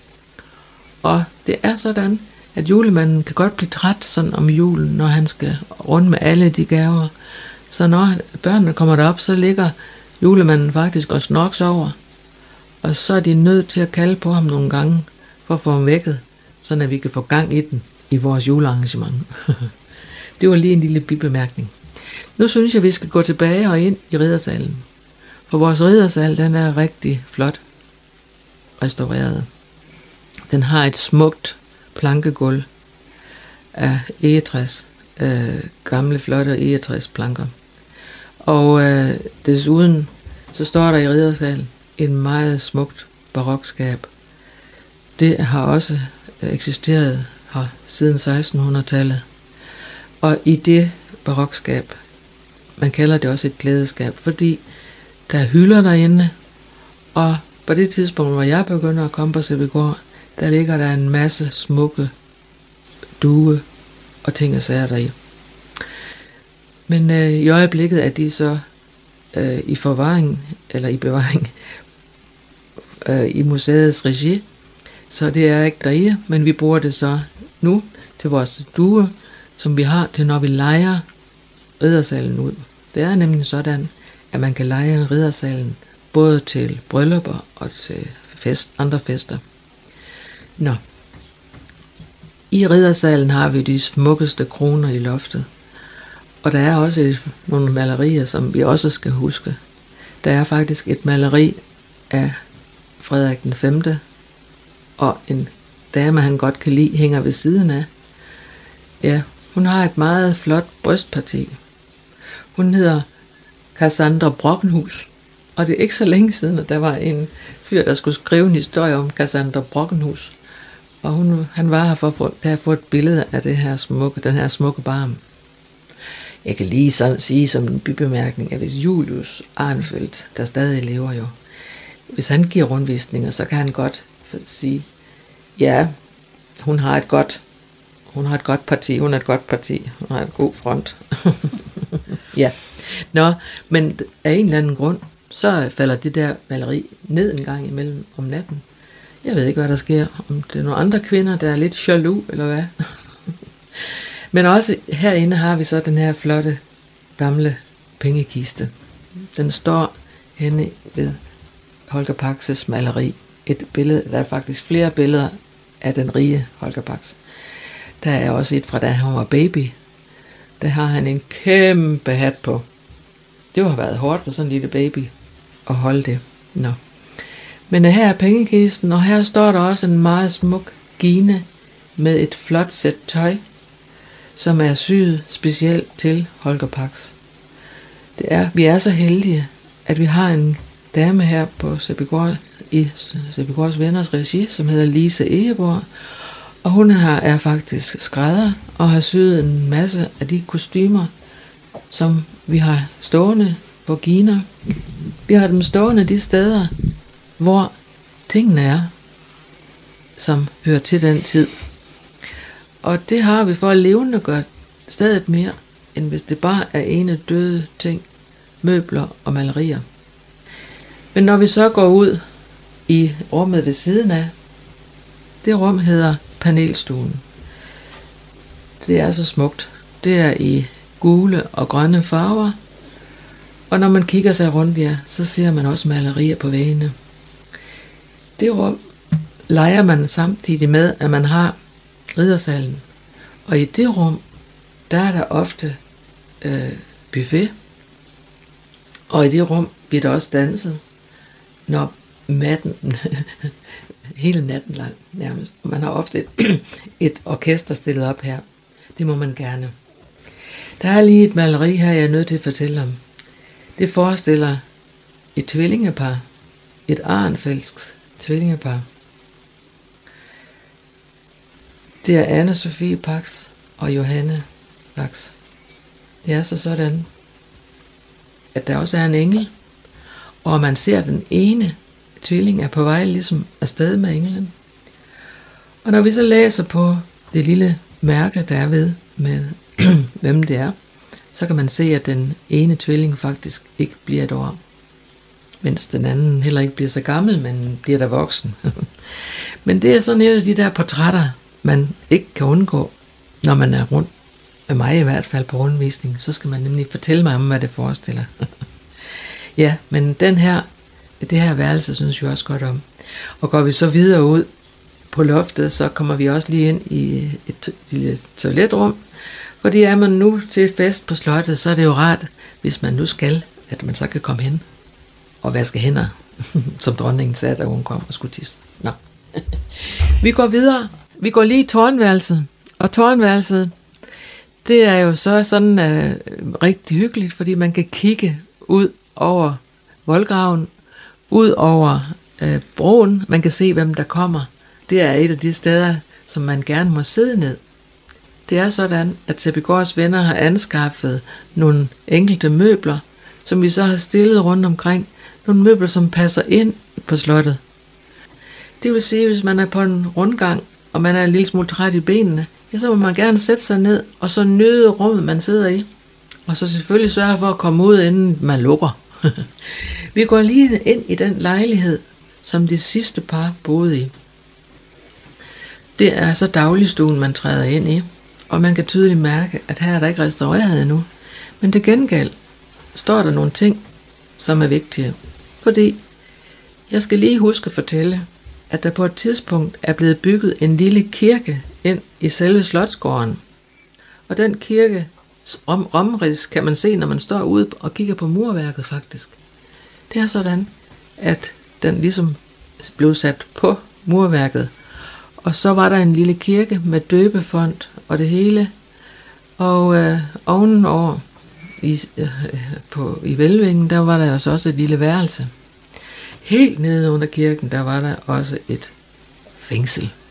Og det er sådan, at julemanden kan godt blive træt sådan om julen, når han skal rundt med alle de gaver. Så når børnene kommer derop, så ligger julemanden faktisk og snorks over. Og så er de nødt til at kalde på ham nogle gange, for at få ham vækket, så at vi kan få gang i den i vores julearrangement. Det var lige en lille bibemærkning. Nu synes jeg, vi skal gå tilbage og ind i riddersalen. For vores riddersal, den er rigtig flot restaureret. Den har et smukt plankegulv af egetræs, øh, gamle flotte egetræsplanker. Og øh, desuden så står der i riddersalen en meget smukt barokskab. Det har også eksisteret her siden sekstenhundredetallet. Og i det barokskab, man kalder det også et klædeskab, fordi der er hylder derinde, og på det tidspunkt, hvor jeg begynder at komme på Sæbygård, der ligger der en masse smukke due og ting og sager deri. Men øh, i øjeblikket er de så øh, i forvaring, eller i bevaring, øh, i museets regi, så det er ikke deri, men vi bruger det så nu til vores due, som vi har til, når vi lejer riddersalen ud. Det er nemlig sådan, at man kan leje riddersalen både til bryllupper og til fest, andre fester. Nå. I riddersalen har vi de smukkeste kroner i loftet. Og der er også et, nogle malerier, som vi også skal huske. Der er faktisk et maleri af Frederik den femte, og en dame, han godt kan lide, hænger ved siden af. Ja, hun har et meget flot brystparti. Hun hedder Cassandra Brockenhus, og det er ikke så længe siden, at der var en fyr, der skulle skrive en historie om Cassandra Brockenhus. Og hun, han var her for at få, at få et billede af det her smukke, den her smukke barm. Jeg kan lige sådan sige som en bibemærkning, at hvis Julius Arnfeldt, der stadig lever jo, hvis han giver rundvisninger, så kan han godt sige, ja, hun har et godt, hun har et godt parti, hun har et godt parti, hun har et god front. Ja, nå, men af en eller anden grund, så falder det der maleri ned en gang imellem om natten. Jeg ved ikke, hvad der sker, om det er nogle andre kvinder, der er lidt jaloux, eller hvad. Men også herinde har vi så den her flotte, gamle pengekiste. Den står henne ved Holger Paxes maleri. Et billede, der er faktisk flere billeder af den rige Holger Pax. Der er også et fra da han var baby. Der har han en kæmpe hat på. Det har været hårdt for sådan en lille baby at holde det. Nå. Men her er pengekisten, og her står der også en meget smuk gine med et flot sæt tøj, som er syet specielt til Holger Pax. Det er, vi er så heldige, at vi har en dame her på Sæbygård, i Sæbygårds Venners regi, som hedder Lise Egeborg, og hun her er faktisk skrædder og har syet en masse af de kostymer, som vi har stående på giner. Vi har dem stående de steder, hvor tingene er, som hører til den tid. Og det har vi for at levende gøre stedet mere, end hvis det bare er ene døde ting, møbler og malerier. Men når vi så går ud i rummet ved siden af, det rum hedder panelstuen. Det er så smukt. Det er i gule og grønne farver, og når man kigger sig rundt der, så ser man også malerier på væggene. Det rum leger man samtidig med, at man har riddersalen. Og i det rum, der er der ofte øh, buffet. Og i det rum bliver der også danset, når matten, hele natten lang nærmest. Man har ofte et, et orkester stillet op her. Det må man gerne. Der er lige et maleri her, jeg er nødt til at fortælle om. Det forestiller et tvillingepar. Et Arnfeldts tvillingepar. Det er Anne-Sophie Pax og Johanne Pax. Det er så sådan, at der også er en engel, og man ser den ene tvilling er på vej ligesom afsted med englen. Og når vi så læser på det lille mærke, der er ved med, hvem det er, så kan man se, at den ene tvilling faktisk ikke bliver et år, mens den anden heller ikke bliver så gammel, men bliver der voksen. Men det er sådan et af de der portrætter, man ikke kan undgå, når man er rundt, med mig i hvert fald på rundvisning, så skal man nemlig fortælle mig om, hvad det forestiller. Ja, men den her, det her værelse synes vi også godt om. Og går vi så videre ud på loftet, så kommer vi også lige ind i et lille toiletrum, fordi er man nu til fest på slottet, så er det jo rart, hvis man nu skal, at man så kan komme hen og vaske hænder, som dronningen sagde, da hun kom og skulle tisse. Nå. Vi går videre. Vi går lige i tårnværelset, og tårnværelset, det er jo så sådan uh, rigtig hyggeligt, fordi man kan kigge ud over voldgraven, ud over uh, broen, man kan se, hvem der kommer. Det er et af de steder, som man gerne må sidde ned. Det er sådan, at Sæbygårds Venner har anskaffet nogle enkelte møbler, som vi så har stillet rundt omkring. Nogle møbler, som passer ind på slottet. Det vil sige, hvis man er på en rundgang, og man er en lille smule træt i benene, ja, så må man gerne sætte sig ned, og så nyde rummet, man sidder i. Og så selvfølgelig sørge for at komme ud, inden man lukker. Vi går lige ind i den lejlighed, som det sidste par boede i. Det er så dagligstuen, man træder ind i, og man kan tydeligt mærke, at her er der ikke restaureret endnu. Men til gengæld står der nogle ting, som er vigtige. Fordi jeg skal lige huske at fortælle, at der på et tidspunkt er blevet bygget en lille kirke ind i selve slotsgården. Og den kirke om omrids kan man se, når man står ude og kigger på murværket faktisk. Det er sådan, at den ligesom blev sat på murværket. Og så var der en lille kirke med døbefont og det hele. Og øh, ovenover i, øh, på, i Velvingen, der var der også, også et lille værelse. Helt nede under kirken, der var der også et fængsel.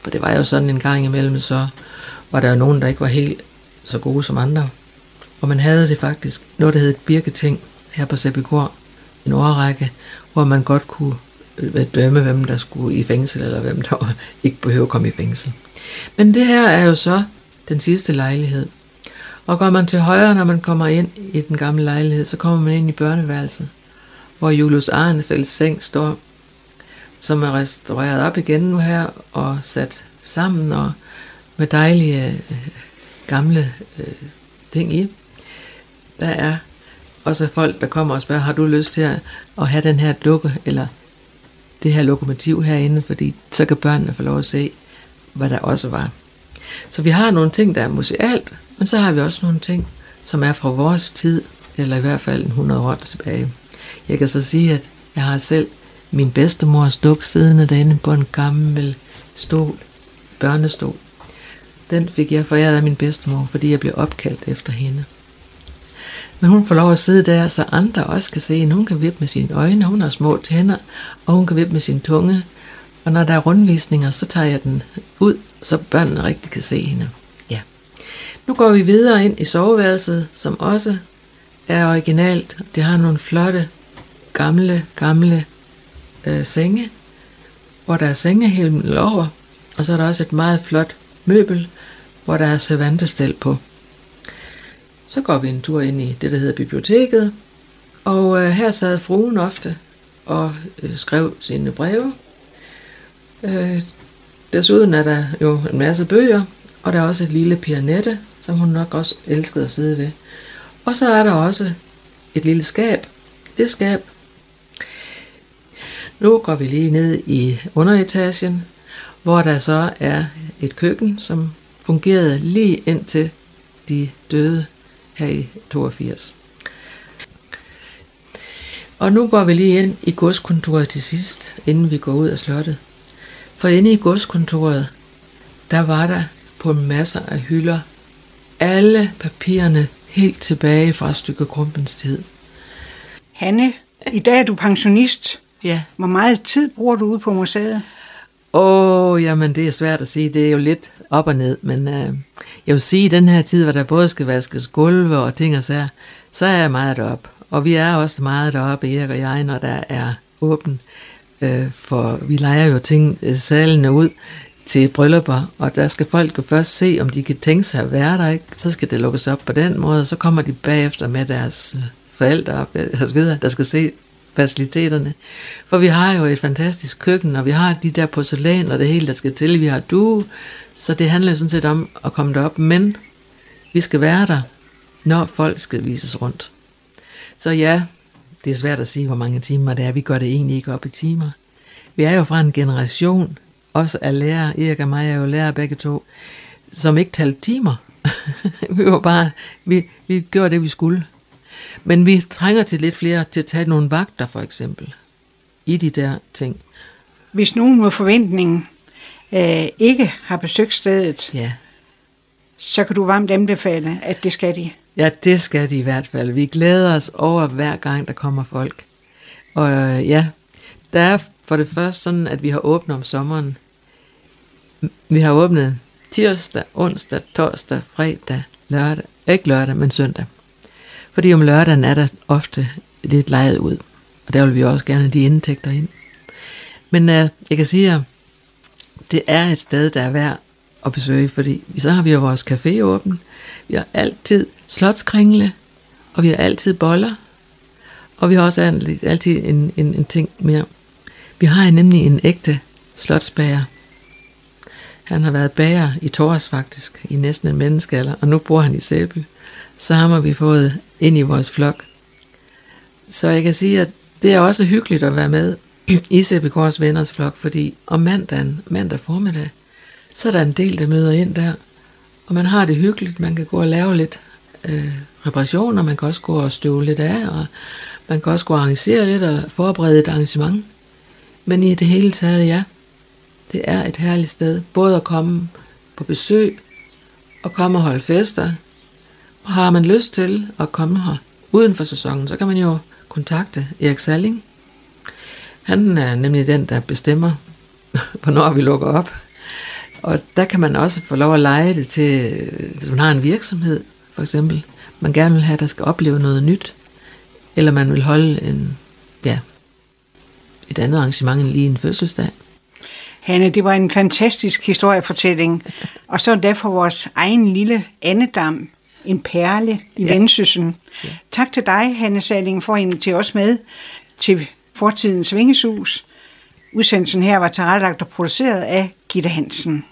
For det var jo sådan en gang imellem, så var der jo nogen, der ikke var helt så gode som andre. Og man havde det faktisk noget, der hed et birketing her på Sæbygård, en årrække, hvor man godt kunne dømme, hvem der skulle i fængsel, eller hvem der ikke behøver at komme i fængsel. Men det her er jo så den sidste lejlighed. Og går man til højre, når man kommer ind i den gamle lejlighed, så kommer man ind i børneværelset, hvor Julius Arnefelds seng står, som er restaureret op igen nu her, og sat sammen, og med dejlige øh, gamle øh, ting i. Der er også folk, der kommer og spørger, har du lyst til at, at have den her dukke, eller det her lokomotiv herinde, fordi så kan børnene få lov at se, hvad der også var. Så vi har nogle ting, der er musealt, men så har vi også nogle ting, som er fra vores tid, eller i hvert fald hundrede år tilbage. Jeg kan så sige, at jeg har selv min bedstemors dukke siddende derinde på en gammel stol, børnestol. Den fik jeg foræret af min bedstemor, fordi jeg blev opkaldt efter hende. Men hun får lov at sidde der, så andre også kan se hende. Hun kan vippe med sine øjne, hun har små tænder, og hun kan vippe med sin tunge. Og når der er rundvisninger, så tager jeg den ud, så børnene rigtig kan se hende. Ja. Nu går vi videre ind i soveværelset, som også er originalt. Det har nogle flotte, gamle, gamle øh, senge, hvor der er sengehimmel over, og så er der også et meget flot møbel, hvor der er servantestel på. Så går vi en tur ind i det, der hedder biblioteket, og øh, her sad fruen ofte og øh, skrev sine breve. Øh, desuden er der jo en masse bøger, og der er også et lille pianette, som hun nok også elskede at sidde ved. Og så er der også et lille skab. Det skab. Nu går vi lige ned i underetagen, hvor der så er et køkken, som fungerede lige indtil de døde her i toogfirs. Og nu går vi lige ind i godskontoret til sidst, inden vi går ud af slottet. For inde i godskontoret, der var der på masser af hylder alle papirerne helt tilbage fra Stykke Krumpens tid. Hanne, i dag er du pensionist. Ja. Hvor meget tid bruger du ude på museet? Åh, oh, jamen det er svært at sige. Det er jo lidt op og ned, men øh, jeg vil sige, at i den her tid, hvor der både skal vaskes gulve og ting og sager, så er jeg meget deroppe. Og vi er også meget deroppe, Erik og jeg, når der er åben. Øh, for vi lejer jo ting, salene ud til bryllupper, og der skal folk jo først se, om de kan tænke sig at være der, ikke? Så skal det lukkes op på den måde, og så kommer de bagefter med deres forældre op, og så videre, der skal se faciliteterne. For vi har jo et fantastisk køkken, og vi har de der porcelæn og det hele, der skal til. Vi har due, så det handler jo sådan set om at komme derop, men vi skal være der, når folk skal vises rundt. Så ja, det er svært at sige, hvor mange timer det er. Vi gør det egentlig ikke op i timer. Vi er jo fra en generation, også af lærere, Erik og mig er jo lærere begge to, som ikke talte timer. vi var bare, vi, vi gjorde det, vi skulle. Men vi trænger til lidt flere til at tage nogle vagter, for eksempel, i de der ting. Hvis nogen mod forventningen øh, ikke har besøgt stedet, ja. så kan du varmt anbefale, at det skal de. Ja, det skal de i hvert fald. Vi glæder os over hver gang, der kommer folk. Og øh, ja, der er for det første sådan, at vi har åbnet om sommeren. Vi har åbnet tirsdag, onsdag, torsdag, fredag, lørdag. Ikke lørdag, men søndag. Fordi om lørdagen er der ofte lidt lejet ud. Og der vil vi også gerne have de indtægter ind. Men øh, jeg kan sige, at det er et sted, der er værd at besøge. Fordi så har vi jo vores café åben. Vi har altid slotskringle. Og vi har altid boller. Og vi har også altid en, en, en ting mere. Vi har nemlig en ægte slotsbager. Han har været bager i Tors faktisk, i næsten en menneskealder, og nu bor han i Sæby. Så ham har vi fået ind i vores flok. Så jeg kan sige, at det er også hyggeligt at være med i Sæbygårds venners flok, fordi om mandagen, mandag formiddag, så er der en del, der møder ind der, og man har det hyggeligt. Man kan gå og lave lidt øh, reparationer, man kan også gå og støve lidt af, og man kan også gå og arrangere lidt og forberede et arrangement. Men i det hele taget, ja, det er et herligt sted, både at komme på besøg og komme og holde fester. Og har man lyst til at komme her uden for sæsonen, så kan man jo kontakte Erik Salling. Han er nemlig den, der bestemmer, hvornår vi lukker op. Og der kan man også få lov at leje det til, hvis man har en virksomhed, for eksempel. Man gerne vil have, der skal opleve noget nyt. Eller man vil holde en, ja, et andet arrangement end lige en fødselsdag. Hanne, det var en fantastisk historiefortælling. Og så derfor vores egen lille andedam, en perle i ja. Vendsyssel. Ja. Tak til dig, Hanne Salling, for at invitere os med til fortidens Vingesus. Udsendelsen her var tilrettelagt og produceret af Gitte Hansen.